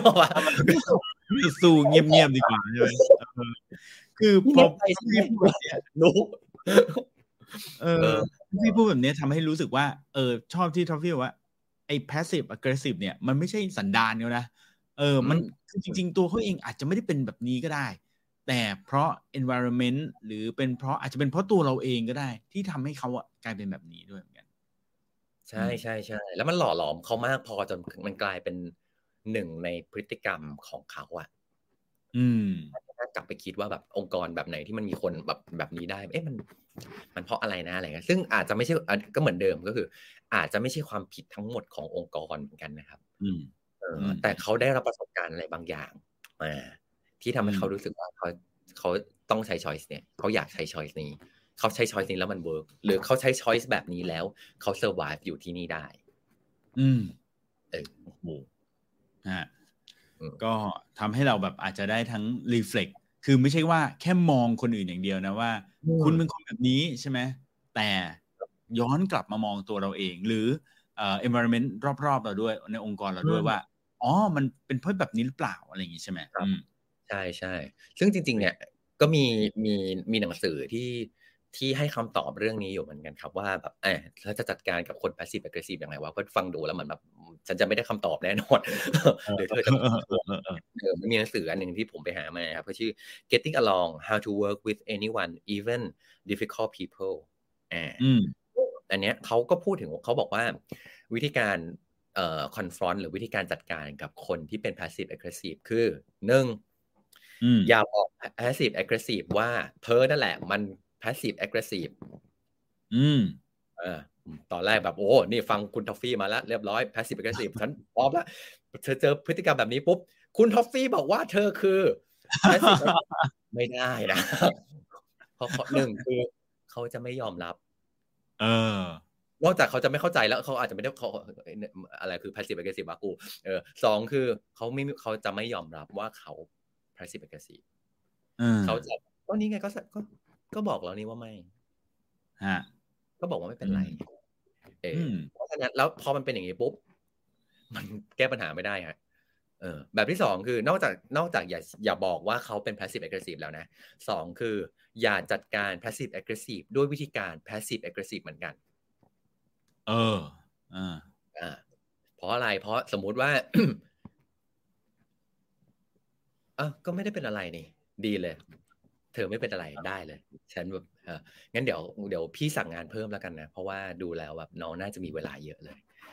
สู้เงียบๆดีกว่าใช่ไหมคือพอพี่พูดเนี่ยรู้เออพี่พูดแบบนี้ทำให้รู้สึกว่าเออชอบที่ท็อฟฟี่ว่าไอ้ passive aggressive เนี่ยมันไม่ใช่สันดานเขานะเออมันคือจริงๆตัวเขาเองอาจจะไม่ได้เป็นแบบนี้ก็ได้แต่เพราะ environment หรือเป็นเพราะอาจจะเป็นเพราะตัวเราเองก็ได้ที่ทำให้เขาอะกลายเป็นแบบนี้ด้วยเหมือนกันใช่ใช่ใช่แล้วมันหล่อหลอมเขามากพอจนมันกลายเป็นหนึ่งในพฤติกรรมของเขาอ่ะอืมถ้ากลับไปคิดว่าแบบองค์กรแบบไหนที่มันมีคนแบบแบบนี้ได้เอ๊ะมันมันเพราะอะไรนะอะไรเงี้ยซึ่งอาจจะไม่ใช่ก็เหมือนเดิมก็คืออาจจะไม่ใช่ความผิดทั้งหมดขององค์กรเหมือนกันนะครับอืมเออแต่เขาได้รับประสบการณ์อะไรบางอย่างมาที่ทำให้เขารู้สึกว่าเขาเขาต้องใช้ choice เนี่ยเขาอยากใช้ choice นี้เขาใช้ choice นี้แล้วมันเวิร์กหรือเขาใช้ choice แบบนี้แล้วเขา survive อยู่ที่นี่ได้อืมเออโอ้โหฮะก็ทำให้เราแบบอาจจะได้ทั้ง reflect คือไม่ใช่ว่าแค่มองคนอื่นอย่างเดียวนะว่าคุณเป็นคนแบบนี้ใช่ไหมแต่ย้อนกลับมามองตัวเราเองหรือเอ่อ environment รอบๆเราด้วยในองค์กรเราด้วยว่าอ๋อมันเป็นเพราะแบบนี้หรือเปล่าอะไรอย่างนี้ใช่ไหมครับใช่ใช่ซึ่งจริงๆเนี่ยก็มีมีมีหนังสือที่ที่ให้คำตอบเรื่องนี้อยู่เหมือนกันครับว่าแบบเออถ้าจะจัดการกับคน passive aggressive ยังไงวะก็ฟังดูแล้วเหมือนแบบฉันจะไม่ได้คำตอบแน่นอนหรือเธอจะเออมันมีหนังสืออันหนึ่งที่ผมไปหามาครับก็ชื่อ Getting Along How to Work with Anyone Even Difficult People อ่าอันเนี้ยเขาก็พูดถึงเขาบอกว่าวิธีการเอ่อ confront หรือวิธีการจัดการกับคนที่เป็น passive aggressive คือหนึ่งอย่าบอก passive aggressive ว่าเธอนั่นแหละมัน passive aggressive อืมเออตอนแรกแบบโอ้นี่ฟังคุณทอฟฟี่มาแล้วเรียบร้อย passive aggressive ฉันพร้อมแล้วเธอเจอพฤติกรรมแบบนี้ปุ๊บคุณทอฟฟี่บอกว่าเธอคือ passive aggressive ไม่ได้นะเพราะหนึ่งคือเขาจะไม่ยอมรับเออนอกจากเขาจะไม่เข้าใจแล้วเขาอาจจะไม่ได้เขาอะไรคือ passive aggressive ว่ากูเออสองคือเขาไม่เขาจะไม่ยอมรับว่าเขา passive aggressive เขาจะก็นี่ไงก็ก็ก็บอกแล้วนี่ว่าไม่ฮะก็บอกว่าไม่เป็นไรเออเพราะฉะนั้นแล้วพอมันเป็นอย่างนี้ปุ๊บมันแก้ปัญหาไม่ได้ฮะเออแบบที่สองคือนอกจากนอกจากอย่าอย่าบอกว่าเขาเป็น passive aggressive แล้วนะสองคืออย่าจัดการ passive aggressive ด้วยวิธีการ passive aggressive เหมือนกันเอออ่าอ่าเพราะอะไรเพราะสมมุติว่าอ่ะก็ไม่ได้เป็นอะไรนี่ดีเลยเธอไม่เป็นอะไรได้เลยฉันแบบเอองั้นเดี๋ยวเดี๋ยวพี่สั่งงานเพิ่มแล้วกันนะเพราะว่าดูแล้วแบบน้องน่าจะมีเวลาเยอะเลย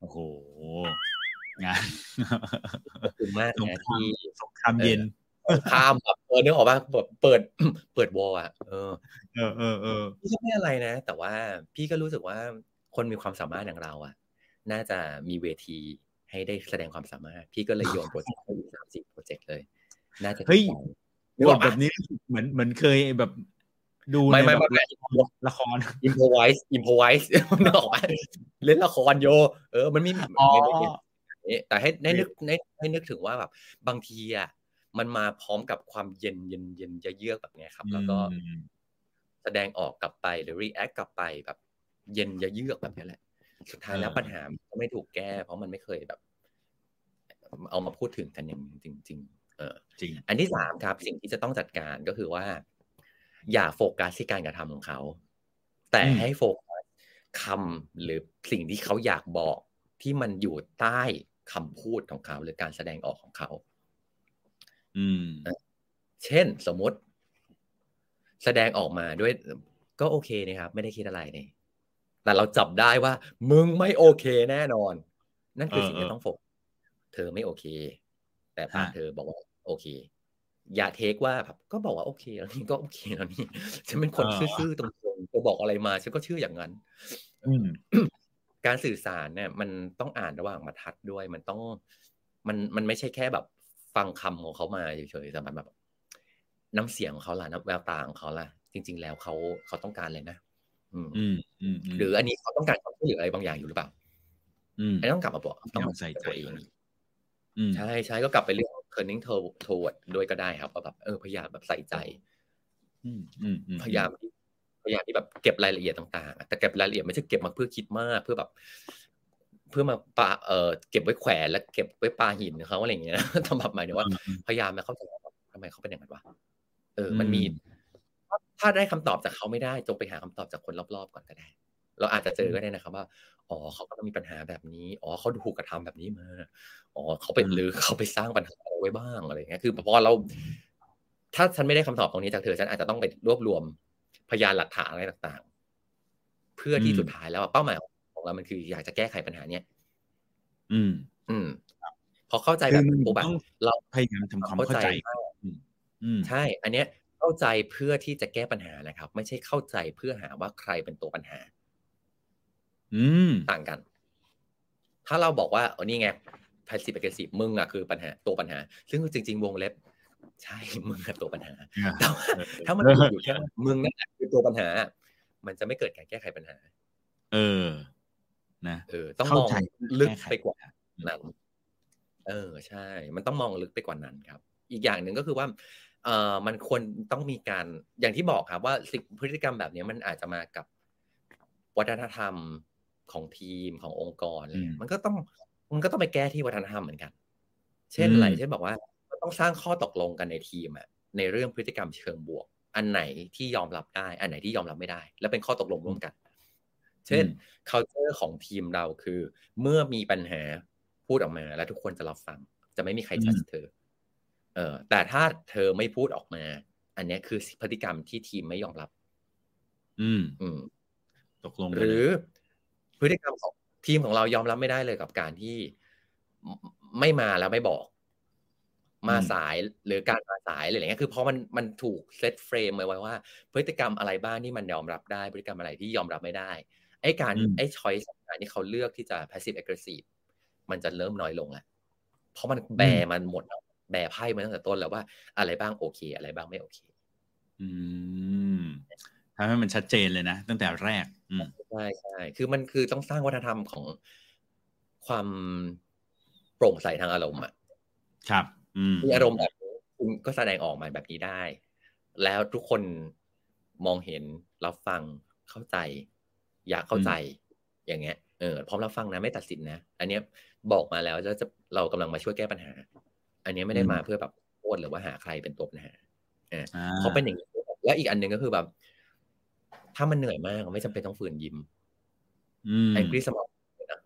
โอ้โหงานขอบคุณมากนะที่สงครามเย็นข้ามแบบเออนึกออกป่ะแบบเปิดเปิดวอลอ่ะเออเออเออเออพี่ไม่อะไรนะแต่ว่าพี่ก็รู้สึกว่าคนมีความสามารถอย่างเราอ่ะน่าจะมีเวทีให้ได้แสดงความสามารถพี่ก็เลยโยนโปรเจกต์ไปสามสิบโปรเจกต์เลยน่าจะเฮ้ยบทแบบนี้เหมือนเหมือนเคยแบบดูในแบบละคร improvise improvise นึกออกป่ะเล่นละครโยเออมันไม่ไม่ได้แต่ให้ให้นึกให้นึกถึงว่าแบบบางทีอ่ะมันมาพร้อมกับความเย็นเย็นเย็นเยือกแบบนี้ครับแล้วก็แสดงออกกลับไปหรือ react กลับไปแบบเย็นเยือกแบบนี้แหละสุดท้ายแล้วปัญหาก็ไม่ถูกแก้เพราะมันไม่เคยแบบเอามาพูดถึงกันอย่างจริงๆเออจริงอันที่สามครับสิ่งที่จะต้องจัดการก็คือว่าอย่าโฟกัสที่การกระทำของเขาแต่ให้โฟกัสคำหรือสิ่งที่เขาอยากบอกที่มันอยู่ใต้คำพูดของเขาหรือการแสดงออกของเขาอืมเช่นสมมติแสดงออกมาด้วยก็โอเคนะครับไม่ได้คิดอะไรนี่แต่เราจับได้ว่ามึงไม่โอเคแน่นอนนั่นคือสิ่งที่ต้องโฟกัสเธอไม่โอเคแต่ปากเธอบอกว่าโอเคอย่าเทคว่าแบบก็บอกว่าโอเคแล้วนี่ก็โอเคแล้วนี่ฉันเป็นคนซื่อๆตรงๆจะบอกอะไรมาฉันก็เชื่ออย่างนั้นการสื่อสารเนี่ยมันต้องอ่านระหว่างบรรทัดด้วยมันต้องมันมันไม่ใช่แค่แบบฟังคำของเขามาเฉยๆแต่มันแบบน้ำเสียงของเขาล่ะน้ำแววตาของเขาล่ะจริงๆแล้วเขาเขาต้องการอะไรนะอืมอืมหรืออันนี้เขาต้องการความช่วยเหลืออะไรบางอย่างอยู่หรือเปล่าอืมไอ้ต้องกลับมาบอกต้องใส่ใจตัวเองอืมใช่ใช่ก็กลับไปเรื่อง turning toward ด้วยก็ได้ครับแบบเออพยายามแบบใส่ใจอืมอืมพยายามพยายามที่แบบเก็บรายละเอียดต่างๆแต่เก็บรายละเอียดไม่ใช่เก็บมาเพื่อคิดมากเพื่อแบบเพื่อมาปาเออเก็บไว้แขวนแล้วเก็บไว้ปาหินเขาอะไรอย่างเงี้ยทำแบบหมายถึงว่าพยายามมาเข้าใจว่าทำไมเขาเป็นอย่างนั้นวะเออมันมีถ้าได้คำตอบจากเขาไม่ได้จงไปหาคำตอบจากคนรอบๆก่อนก็ได้เราอาจจะเจอก็ได้นะครับว่าอ๋อเขาก็ต้องมีปัญหาแบบนี้อ๋อเขาถูกกระทำแบบนี้มาอ๋อเขาไปหรือเขาไปสร้างปัญหาไว้บ้างอะไรเงี้ยคือพอเราถ้าฉันไม่ได้คำตอบตรงนี้จากเธอฉันอาจจะต้องไปรวบรวมพยานหลักฐานอะไรต่างๆเพื่อที่สุดท้ายแล้วเป้าหมายของเรามันคืออยากจะแก้ไขปัญหาเนี้ยอืมอืมพอเข้าใจแบบปุ๊บแบบเราพยายามทำความเข้าใจใช่อันเนี้ยเข้าใจเพื่อที่จะแก้ปัญหานะครับไม่ใช่เข้าใจเพื่อหาว่าใครเป็นตัวปัญหาอืมต่างกันถ้าเราบอกว่าอ๋อนี่ไง passive aggressive มึงอ่ะคือปัญหาตัวปัญหาซึ่งจริงๆวงเล็บใช่มึงคือตัวปัญหาแต่ว่าถ้ามันอยู่แค่มึงนั่นแหละคือตัวปัญหามันจะไม่เกิดการแก้ไขปัญหาเออนะเออต้องมองลึกไปกว่านั้นเออใช่มันต้องมองลึกไปกว่านั้นครับอีกอย่างหนึ่งก็คือว่าเอ่อมันควรต้องมีการอย่างที่บอกครับว่าสิ่งพฤติกรรมแบบนี้มันอาจจะมากับวัฒนธรรมของทีมขององค์กรเลยมันก็ต้องมันก็ต้องไปแก้ที่วัฒนธรรมเหมือนกันเช่นอะไรเช่นบอกว่าต้องสร้างข้อตกลงกันในทีมอะในเรื่องพฤติกรรมเชิงบวกอันไหนที่ยอมรับได้อันไหนที่ยอมรับไม่ได้และเป็นข้อตกลงร่วมกันเช่น culture ของทีมเราคือเมื่อมีปัญหาพูดออกมาแล้วทุกคนจะรับฟังจะไม่มีใครจัดเธอเออแต่ถ้าเธอไม่พูดออกมาอันนี้คือพฤติกรรมที่ทีมไม่ยอมรับอืมอืมตกลงหรือพฤติกรรมของทีมของเรายอมรับไม่ได้เลยกับการที่ไม่มาแล้วไม่บอกมาสายหรือการมาสายอะไรอย่างเงี้ยคือเพราะมันมันถูกเซตเฟรมไว้ว่าพฤติกรรมอะไรบ้างที่มันยอมรับได้พฤติกรรมอะไรที่ยอมรับไม่ได้ไอ้การไอ้ช้อยส์การที่เขาเลือกที่จะ passive aggressive มันจะเริ่มน้อยลงแล้วเพราะมันแบมันหมดแบไพ่มาตั้งแต่ต้นแล้วว่าอะไรบ้างโอเคอะไรบ้างไม่โอเคอืมทำให้มันชัดเจนเลยนะตั้งแต่แรกอืมใช่ใช่คือมันคือต้องสร้างวัฒนธรรมของความโปร่งใสทางอารมณ์อ่ะครับมีอารมณ์แบบนี้คุณก็แสดงออกมาแบบนี้ได้แล้วทุกคนมองเห็นรับฟังเข้าใจอยากเข้าใจอย่างเงี้ยเออพร้อมรับฟังนะไม่ตัดสินนะอันนี้บอกมาแล้วแล้วจะเรากำลังมาช่วยแก้ปัญหาอันนี้ไม่ได้มาเพื่อแบบโทษหรือว่าหาใครเป็นตัวปัญหาอ่าเขาเป็นอย่างนี้แล้วอีกอันหนึ่งก็คือแบบถ้ามันเหนื่อยมากไม่จำเป็นต้องฝืนยิ้มแองกี้สมอง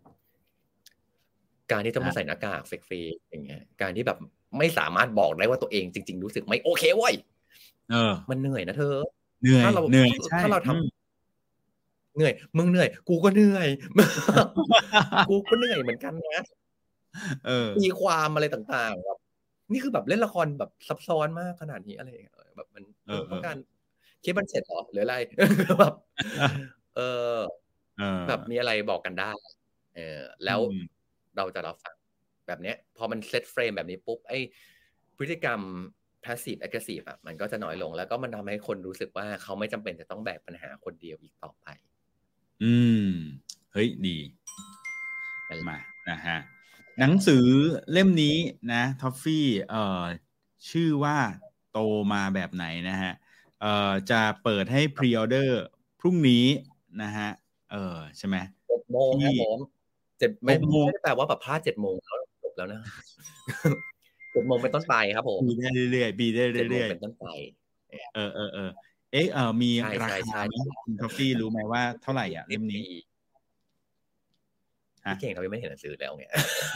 การที่ต้องมาใส่หน้ากากเฟกเฟกอย่างเงี้ยการที่แบบไม่สามารถบอกได้ว่าตัวเองจริงๆรู้สึกไม่โอเคเว้ยเออมันเหนื่อยนะเธอเหนื่อยถ้าเราเหนื่อยถ้าเราทเหนื่อยมึงเหนื่อยกูก็เหนื่อย กูก็เหนื่อยเหมือนกันนะเออตีความอะไรต่างๆแบบนี่คือแบบเล่นละครแบบซับซ้อนมากขนาดนี้อะไรอย่างเงี้ยแบบมันเออต้องการเออคิดมันเสร็จเหรอหรืออะไร แบบเออเออแบบมีอะไรบอกกันได้ เออ แล้วอืมเราจะรับฟังแบบเนี้ย พอมันเซตเฟรมแบบนี้ปุ๊บไอ้พฤติกรรม passive aggressive อ่ะมันก็จะน้อยลงแล้วก็มันทำให้คนรู้สึกว่าเขาไม่จำเป็นจะต้องแบกปัญหาคนเดียวอีกต่อไปอืมเฮ้ยดีนั่นแหละมานะฮะหนังสือเล่มนี้นะท็อฟฟี่เอ่อชื่อว่าโตมาแบบไหนนะฮะเอ่อจะเปิดให้พรีออเดอร์พรุ่งนี้นะฮะเออใช่ไหมเจ็ดโมงครับผมเจ็ดไม่หกโมงไม่ได้แปลว่าแบบพลาดเจ็ดโมงแล้วจบแล้วนะ เจ็ดโมงเป็นต้นไปครับผมปีได้เรื่อยๆปีได้เจ็ดโมเรื่งอยเป็นต้นไปๆเออเออเออเอ๊ะเออมีใช่ราใช่คาใช่ไหมคุณท็อฟฟี่รู้ไหมว่าเท่าไหร่อ่ะเล่มนี้พี่เก่งเขายังไม่เห็นหนังสือแล้วไง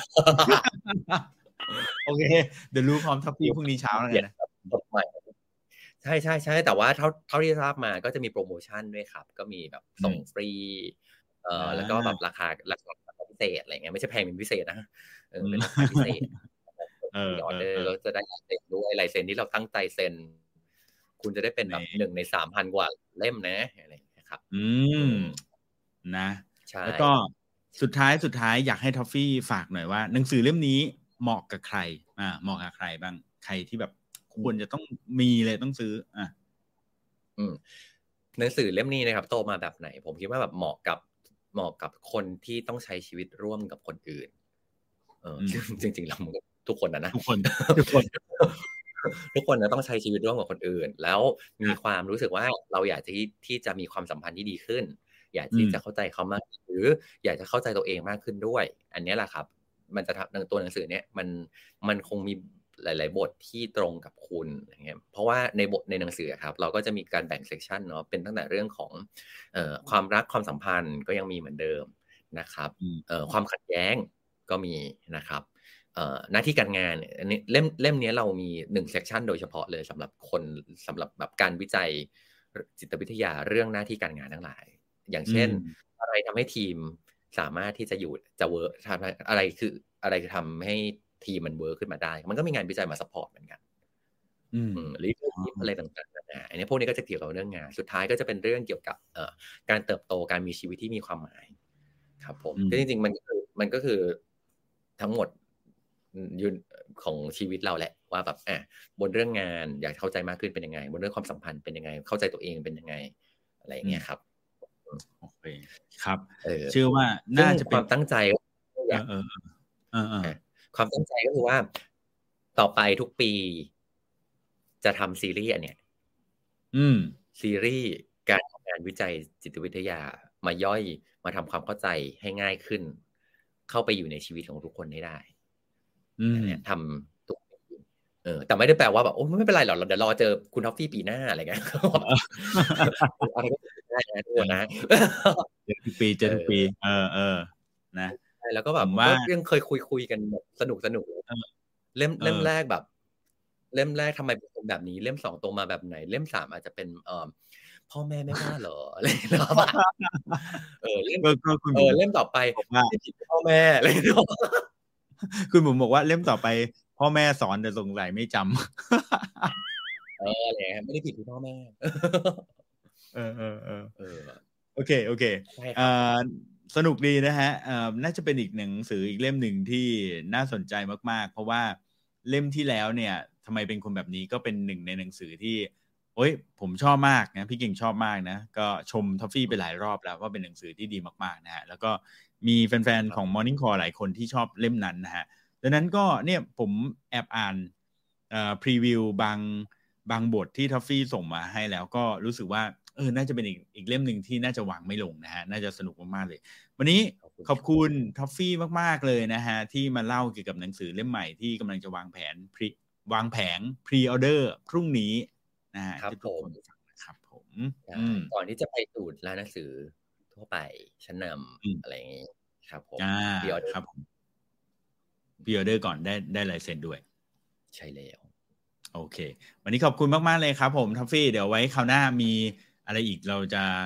โอเคเดี๋ยวรู้พร้อมท็อฟฟี่พรุ่งนี้เช้าแล้วกันนะใช่ใช่ใช่แต่ว่าเท่าเท่าที่ทราบมาก็จะมีโปรโมชั่นด้วยครับ ก็มีแบบส่งฟรีเอ่อแล้วก็แบบราคาราคาพิเศษอะไรเงี้ยไม่ใช่แพงเป็นพิเศษนะเออเป็นราคาพิเศษออเดอร์แล้วจะได้ลายเซ็นด้วยลายเซ็นที่เราตั้งใจเซ็นคุณจะได้เป็นแบบหนึ่งในสามพันกว่าเล่มนะอะไรอย่างเงี้ยครับอืมนะใช่แล้วก็สุดท้ายสุดท้ายอยากให้ท็อฟฟี่ฝากหน่อยว่าหนังสือเล่มนี้เหมาะกับใครอ่าเหมาะกับใครบ้างใครที่แบบควรจะต้องมีเลยต้องซื้ออ่ะอืมหนังสือเล่มนี้นะครับโตมาแบบไหนผมคิดว่าแบบเหมาะกับเหมาะกับคนที่ต้องใช้ชีวิตร่วมกับคนอื่นเออจริงๆแล้วทุกคนนะนะทุกคนทุกคนทุกคนนะต้องใช้ชีวิตร่วมกับคนอื่นแล้วมีความรู้สึกว่าเราอยากที่ที่จะมีความสัมพันธ์ที่ดีขึ้น อยากที่จะเข้าใจเขามากหรืออยากจะเข้าใจตัวเองมากขึ้นด้วย อันนี้แหละครับมันจะทำตัวหนังสือเนี้ยมันมันคงมีหลายๆบทที่ตรงกับคุณอย่างเงี้ยเพราะว่าในบทในหนังสือครับเราก็จะมีการแบ่งเซกชันเนาะเป็นตั้งแต่เรื่องของเอ่อความรักความสัมพันธ์ก็ยังมีเหมือนเดิมนะครับเอ่อความขัดแย้งก็มีนะครับเอ่อหน้าที่การงานอันนี้เล่มเล่มนี้เรามีหนึ่งเซกชันโดยเฉพาะเลยสำหรับคนสำหรับแบบการวิจัยจิตวิทยาเรื่องหน้าที่การงานทั้งหลายอย่างเช่นอะไรทำให้ทีมสามารถที่จะอยู่จะเวิร์กทำอะไรคืออะไรคือทำให้ทีมมันเวิร์กขึ้นมาได้มันก็มีงานวิจัยมาซัพพอร์ตเหมือนกันอืมหรืออะไรต่างๆนะอันนี้พวกนี้ก็จะเกี่ยวกับเรื่องงานสุดท้ายก็จะเป็นเรื่องเกี่ยวกับเอ่อการเติบโตการมีชีวิตที่มีความหมายครับผมก็จริงๆมันก็คือมันก็คือทั้งหมดยืนของชีวิตเราแหละว่าแบบอ่ะบนเรื่องงานอยากเข้าใจมากขึ้นเป็นยังไงบนเรื่องความสัมพันธ์เป็นยังไงเข้าใจตัวเองเป็นยังไงอะไรอย่างเงี้ยครับโอเคครับเออเชื่อว่าน่าจะเป็นความตั้งใจเออเออเออเออความตั้งใจก็คือว่าต่อไปทุกปีจะทำซีรีส์อันเนี้ยอืมซีรีส์การทำงานวิจัยจิตวิทยามาย่อยมาทำความเข้าใจให้ง่ายขึ้นเข้าไปอยู่ในชีวิตของทุกคนให้ได้เนี่ยทำทุกปีเออแต่ไม่ได้แปลว่าแบบโอ้ไม่เป็นไรหรอกเดี๋ยวรอเจอคุณท็อฟฟี่ปีหน้าอะไรเงี้ยอะไรก็ได้นะทุกคนนะเจอทุกปีเจอทุกปีเออเออนะแล้วก็แบบก็ยังเคยคุยคุยกันแบบสนุกสนุกเล่มเล่มแรกแบบเล่มแรกทำไมเป็นแบบนี้เล่มสองตรงมาแบบไหนเล่มสามอาจจะเป็นเอ่อพ่อแม่ไม่ว่าเหรออะไรเนาะเออเล่มเออเล่มต่อไปไม่ผิดพ่อแม่อะไรเนาะคุณผมบอกว่าเล่มต่อไปพ่อแม่สอนแต่สงสัยไม่จำเอออะไรไม่ได้ผิดที่พ่อแม่เออเออเออเออโอเคโอเคอ่าสนุกดีนะฮะอ่าน่าจะเป็นอีกหนังสืออีกเล่มหนึ่งที่น่าสนใจมากๆเพราะว่าเล่มที่แล้วเนี่ยทำไมเป็นคนแบบนี้ก็เป็นหนึ่งในหนังสือที่โอ้ยผมชอบมากนะพี่เก่งชอบมากนะก็ชมท็อฟฟี่ไปหลายรอบแล้วว่าเป็นหนังสือที่ดีมากๆนะฮะแล้วก็มีแฟนๆของ Morning Call หลายคนที่ชอบเล่มนั้นนะฮะดังนั้นก็เนี่ยผมแอบอ่านเอ่อพรีวิวบางบางบทที่ท็อฟฟี่ส่งมาให้แล้วก็รู้สึกว่าเออน่าจะเป็นอีกอีกเล่มหนึ่งที่น่าจะวางไม่ลงนะฮะน่าจะสนุกมากๆเลยวันนี้ขอบคุณท็อฟฟี่มากๆเลยนะฮะที่มาเล่าเกี่ยวกับหนังสือเล่มใหม่ที่กำลังจะวางแผนพรีวางแผงพรีออเดอร์พรุ่งนี้นะฮะที่ทุกคนฟังนะครับผมก่อนที่จะไปสู่ร้านหนังสือทั่วไปชั้นนำอะไรอย่างนี้ครับผมพรีออเดอร์ครับพรีออเดอร์ก่อนได้ได้ลายเซ็นด้วยใช่แล้วโอเควันนี้ขอบคุณมากๆเลยครับผมท็อฟฟี่เดี๋ยวไว้คราวหน้ามีอะไรอีกเราจะ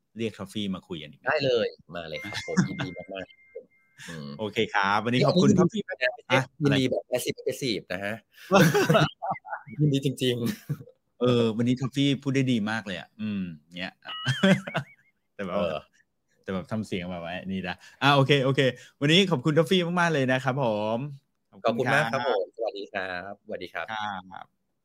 เรียกทอฟฟี่มาคุยกันอีกได้เลยมาเลยครับผมยินดีมากๆโอเคครับวันนี้ขอบคุณทอฟฟี่มากนะยินดีแบบแอสซิฟแอสซีฟนะฮะยินดีจริงๆเออวันนี้ทอฟฟี่พูดได้ดีมากเลยอ่ะอืมเนี้ยแต่แบบแต่แบบทำเสียงแบบว่านี่นะอ่าโอเคโอเควันนี้ขอบคุณทอฟฟี่มากๆเลยนะครับผมขอบคุณมากครับผมสวัสดีครับสวัสดีครับครับ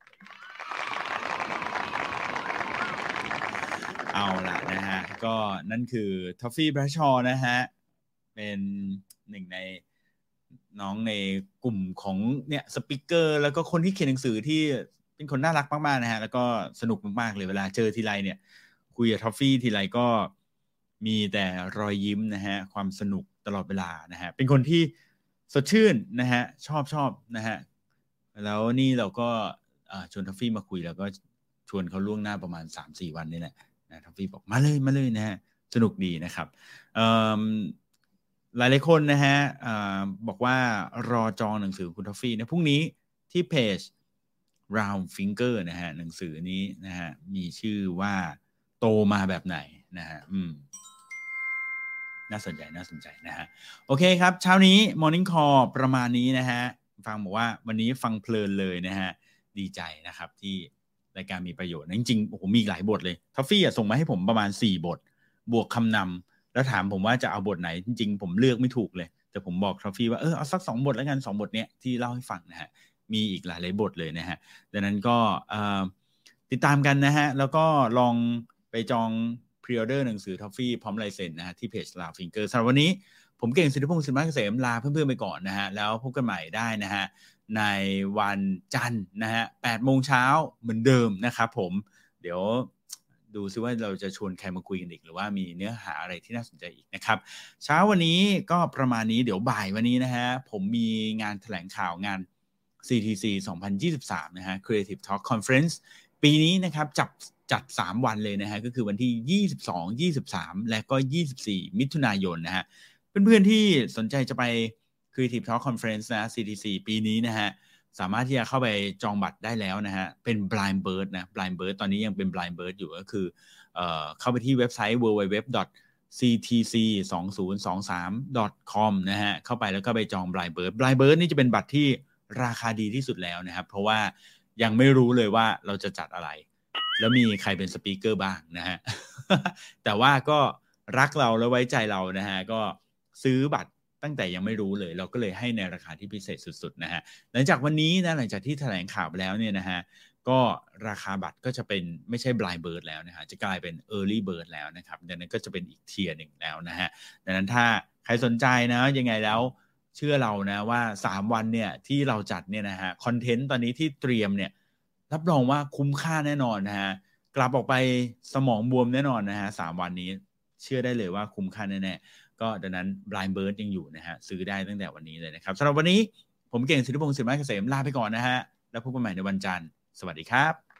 เอาล่ะนะฮะก็นั่นคือทอฟฟี่แบรชชอว์นะฮะเป็นหนึ่งในน้องในกลุ่มของเนี่ยสปีกเกอร์แล้วก็คนที่เขียนหนังสือที่เป็นคนน่ารักมากๆนะฮะแล้วก็สนุกมากๆเลยเวลาเจอทีไรเนี่ยคุยกับทอฟฟี่ทีไรก็มีแต่รอยยิ้มนะฮะความสนุกตลอดเวลานะฮะเป็นคนที่สดชื่นนะฮะชอบชอบนะฮะแล้วนี่เราก็ชวนทอฟฟี่มาคุยแล้วก็ชวนเขาล่วงหน้าประมาณ สามสี่ วันนี่แหละนะทอฟฟี่บอกมาเลยมาเลยนะฮะสนุกดีนะครับหลายหลายคนนะฮะบอกว่ารอจองหนังสือคุณทอฟฟี่นะพรุ่งนี้ที่เพจ Round Finger นะฮะหนังสือนี้นะฮะมีชื่อว่าโตมาแบบไหนนะฮะอืมน่าสนใจน่าสนใจนะฮะโอเคครับเช้านี้ Morning Call ประมาณนี้นะฮะฟังบอกว่าวันนี้ฟังเพลินเลยนะฮะดีใจนะครับที่รายการมีประโยชน์จริงๆโอ้โหมีหลายบทเลยทอฟฟี่ส่งมาให้ผมประมาณสี่บทบวกคำนำแล้วถามผมว่าจะเอาบทไหนจริงๆผมเลือกไม่ถูกเลยแต่ผมบอกทอฟฟี่ว่าเออเอาสักสองบทแล้วกันสองบทเนี้ยที่เล่าให้ฟังนะฮะมีอีกหลายหลายบทเลยนะฮะดังนั้นก็ติดตามกันนะฮะแล้วก็ลองไปจองพรีออเดอร์หนังสือทอฟฟี่พร้อมลายเซ็นนะฮะที่เพจ Round Finger สำหรับวันนี้ผมเก่งสิทธิพงศ์สินมาเกษมลาเพื่อนๆไปก่อนนะฮะแล้วพบกันใหม่ได้นะฮะในวันจันทร์นะฮะแปดโมงเช้าเหมือนเดิมนะครับผมเดี๋ยวดูซิว่าเราจะชวนใครมาคุยกันอีกหรือว่ามีเนื้อหาอะไรที่น่าสนใจอีกนะครับเช้าวันนี้ก็ประมาณนี้เดี๋ยวบ่ายวันนี้นะฮะผมมีงานแถลงข่าวงาน ซี ที ซี สองพันยี่สิบสามนะฮะ Creative Talk Conference ปีนี้นะครับจับจัดสามวันเลยนะฮะก็คือวันที่ยี่สิบสอง ยี่สิบสามและก็ยี่สิบสี่มิถุนายนนะฮะเพื่อนๆที่สนใจจะไป Creative Talk Conference นะ ซี ที ซี ปีนี้นะฮะสามารถที่จะเข้าไปจองบัตรได้แล้วนะฮะเป็น Blind Bird นะ Blind Bird ตอนนี้ยังเป็น Blind Bird อยู่ก็คือเอ่อเข้าไปที่เว็บไซต์ ดับเบิลยู ดับเบิลยู ดับเบิลยู ดอท ซี ที ซี สองพันยี่สิบสาม ดอท คอม นะฮะเข้าไปแล้วก็ไปจอง Blind Bird Blind Bird นี่จะเป็นบัตรที่ราคาดีที่สุดแล้วนะครับเพราะว่ายังไม่รู้เลยว่าเราจะจัดอะไรแล้วมีใครเป็นสปีกเกอร์บ้างนะฮะ แต่ว่าก็รักเราและไว้ใจเรานะฮะก็ซื้อบัตรตั้งแต่ยังไม่รู้เลยเราก็เลยให้ในราคาที่พิเศษสุดๆนะฮะหลังจากวันนี้นะหลังจากที่แถลงข่าวไปแล้วเนี่ยนะฮะก็ราคาบัตรก็จะเป็นไม่ใช่ Blind Bird แล้วนะฮะจะกลายเป็น Early Bird แล้วนะครับดังนั้นก็จะเป็นอีกเทียร์หนึ่งแล้วนะฮะดังนั้นถ้าใครสนใจนะยังไงแล้วเชื่อเรานะว่าสามวันเนี่ยที่เราจัดเนี่ยนะฮะคอนเทนต์ตอนนี้ที่เตรียมเนี่ยรับรองว่าคุ้มค่าแน่นอนนะฮะกลับออกไปสมองบวมแน่นอนนะฮะสามวันนี้เชื่อได้เลยว่าคุ้มค่าแน่ๆก็ดังนั้น Blind Bird ยังอยู่นะฮะซื้อได้ตั้งแต่วันนี้เลยนะครับสำหรับวันนี้ผมเก่งสิทธิพงศ์สินมาเกษมลาไปก่อนนะฮะแล้วพบกันใหม่ในวันจันทร์สวัสดีครับ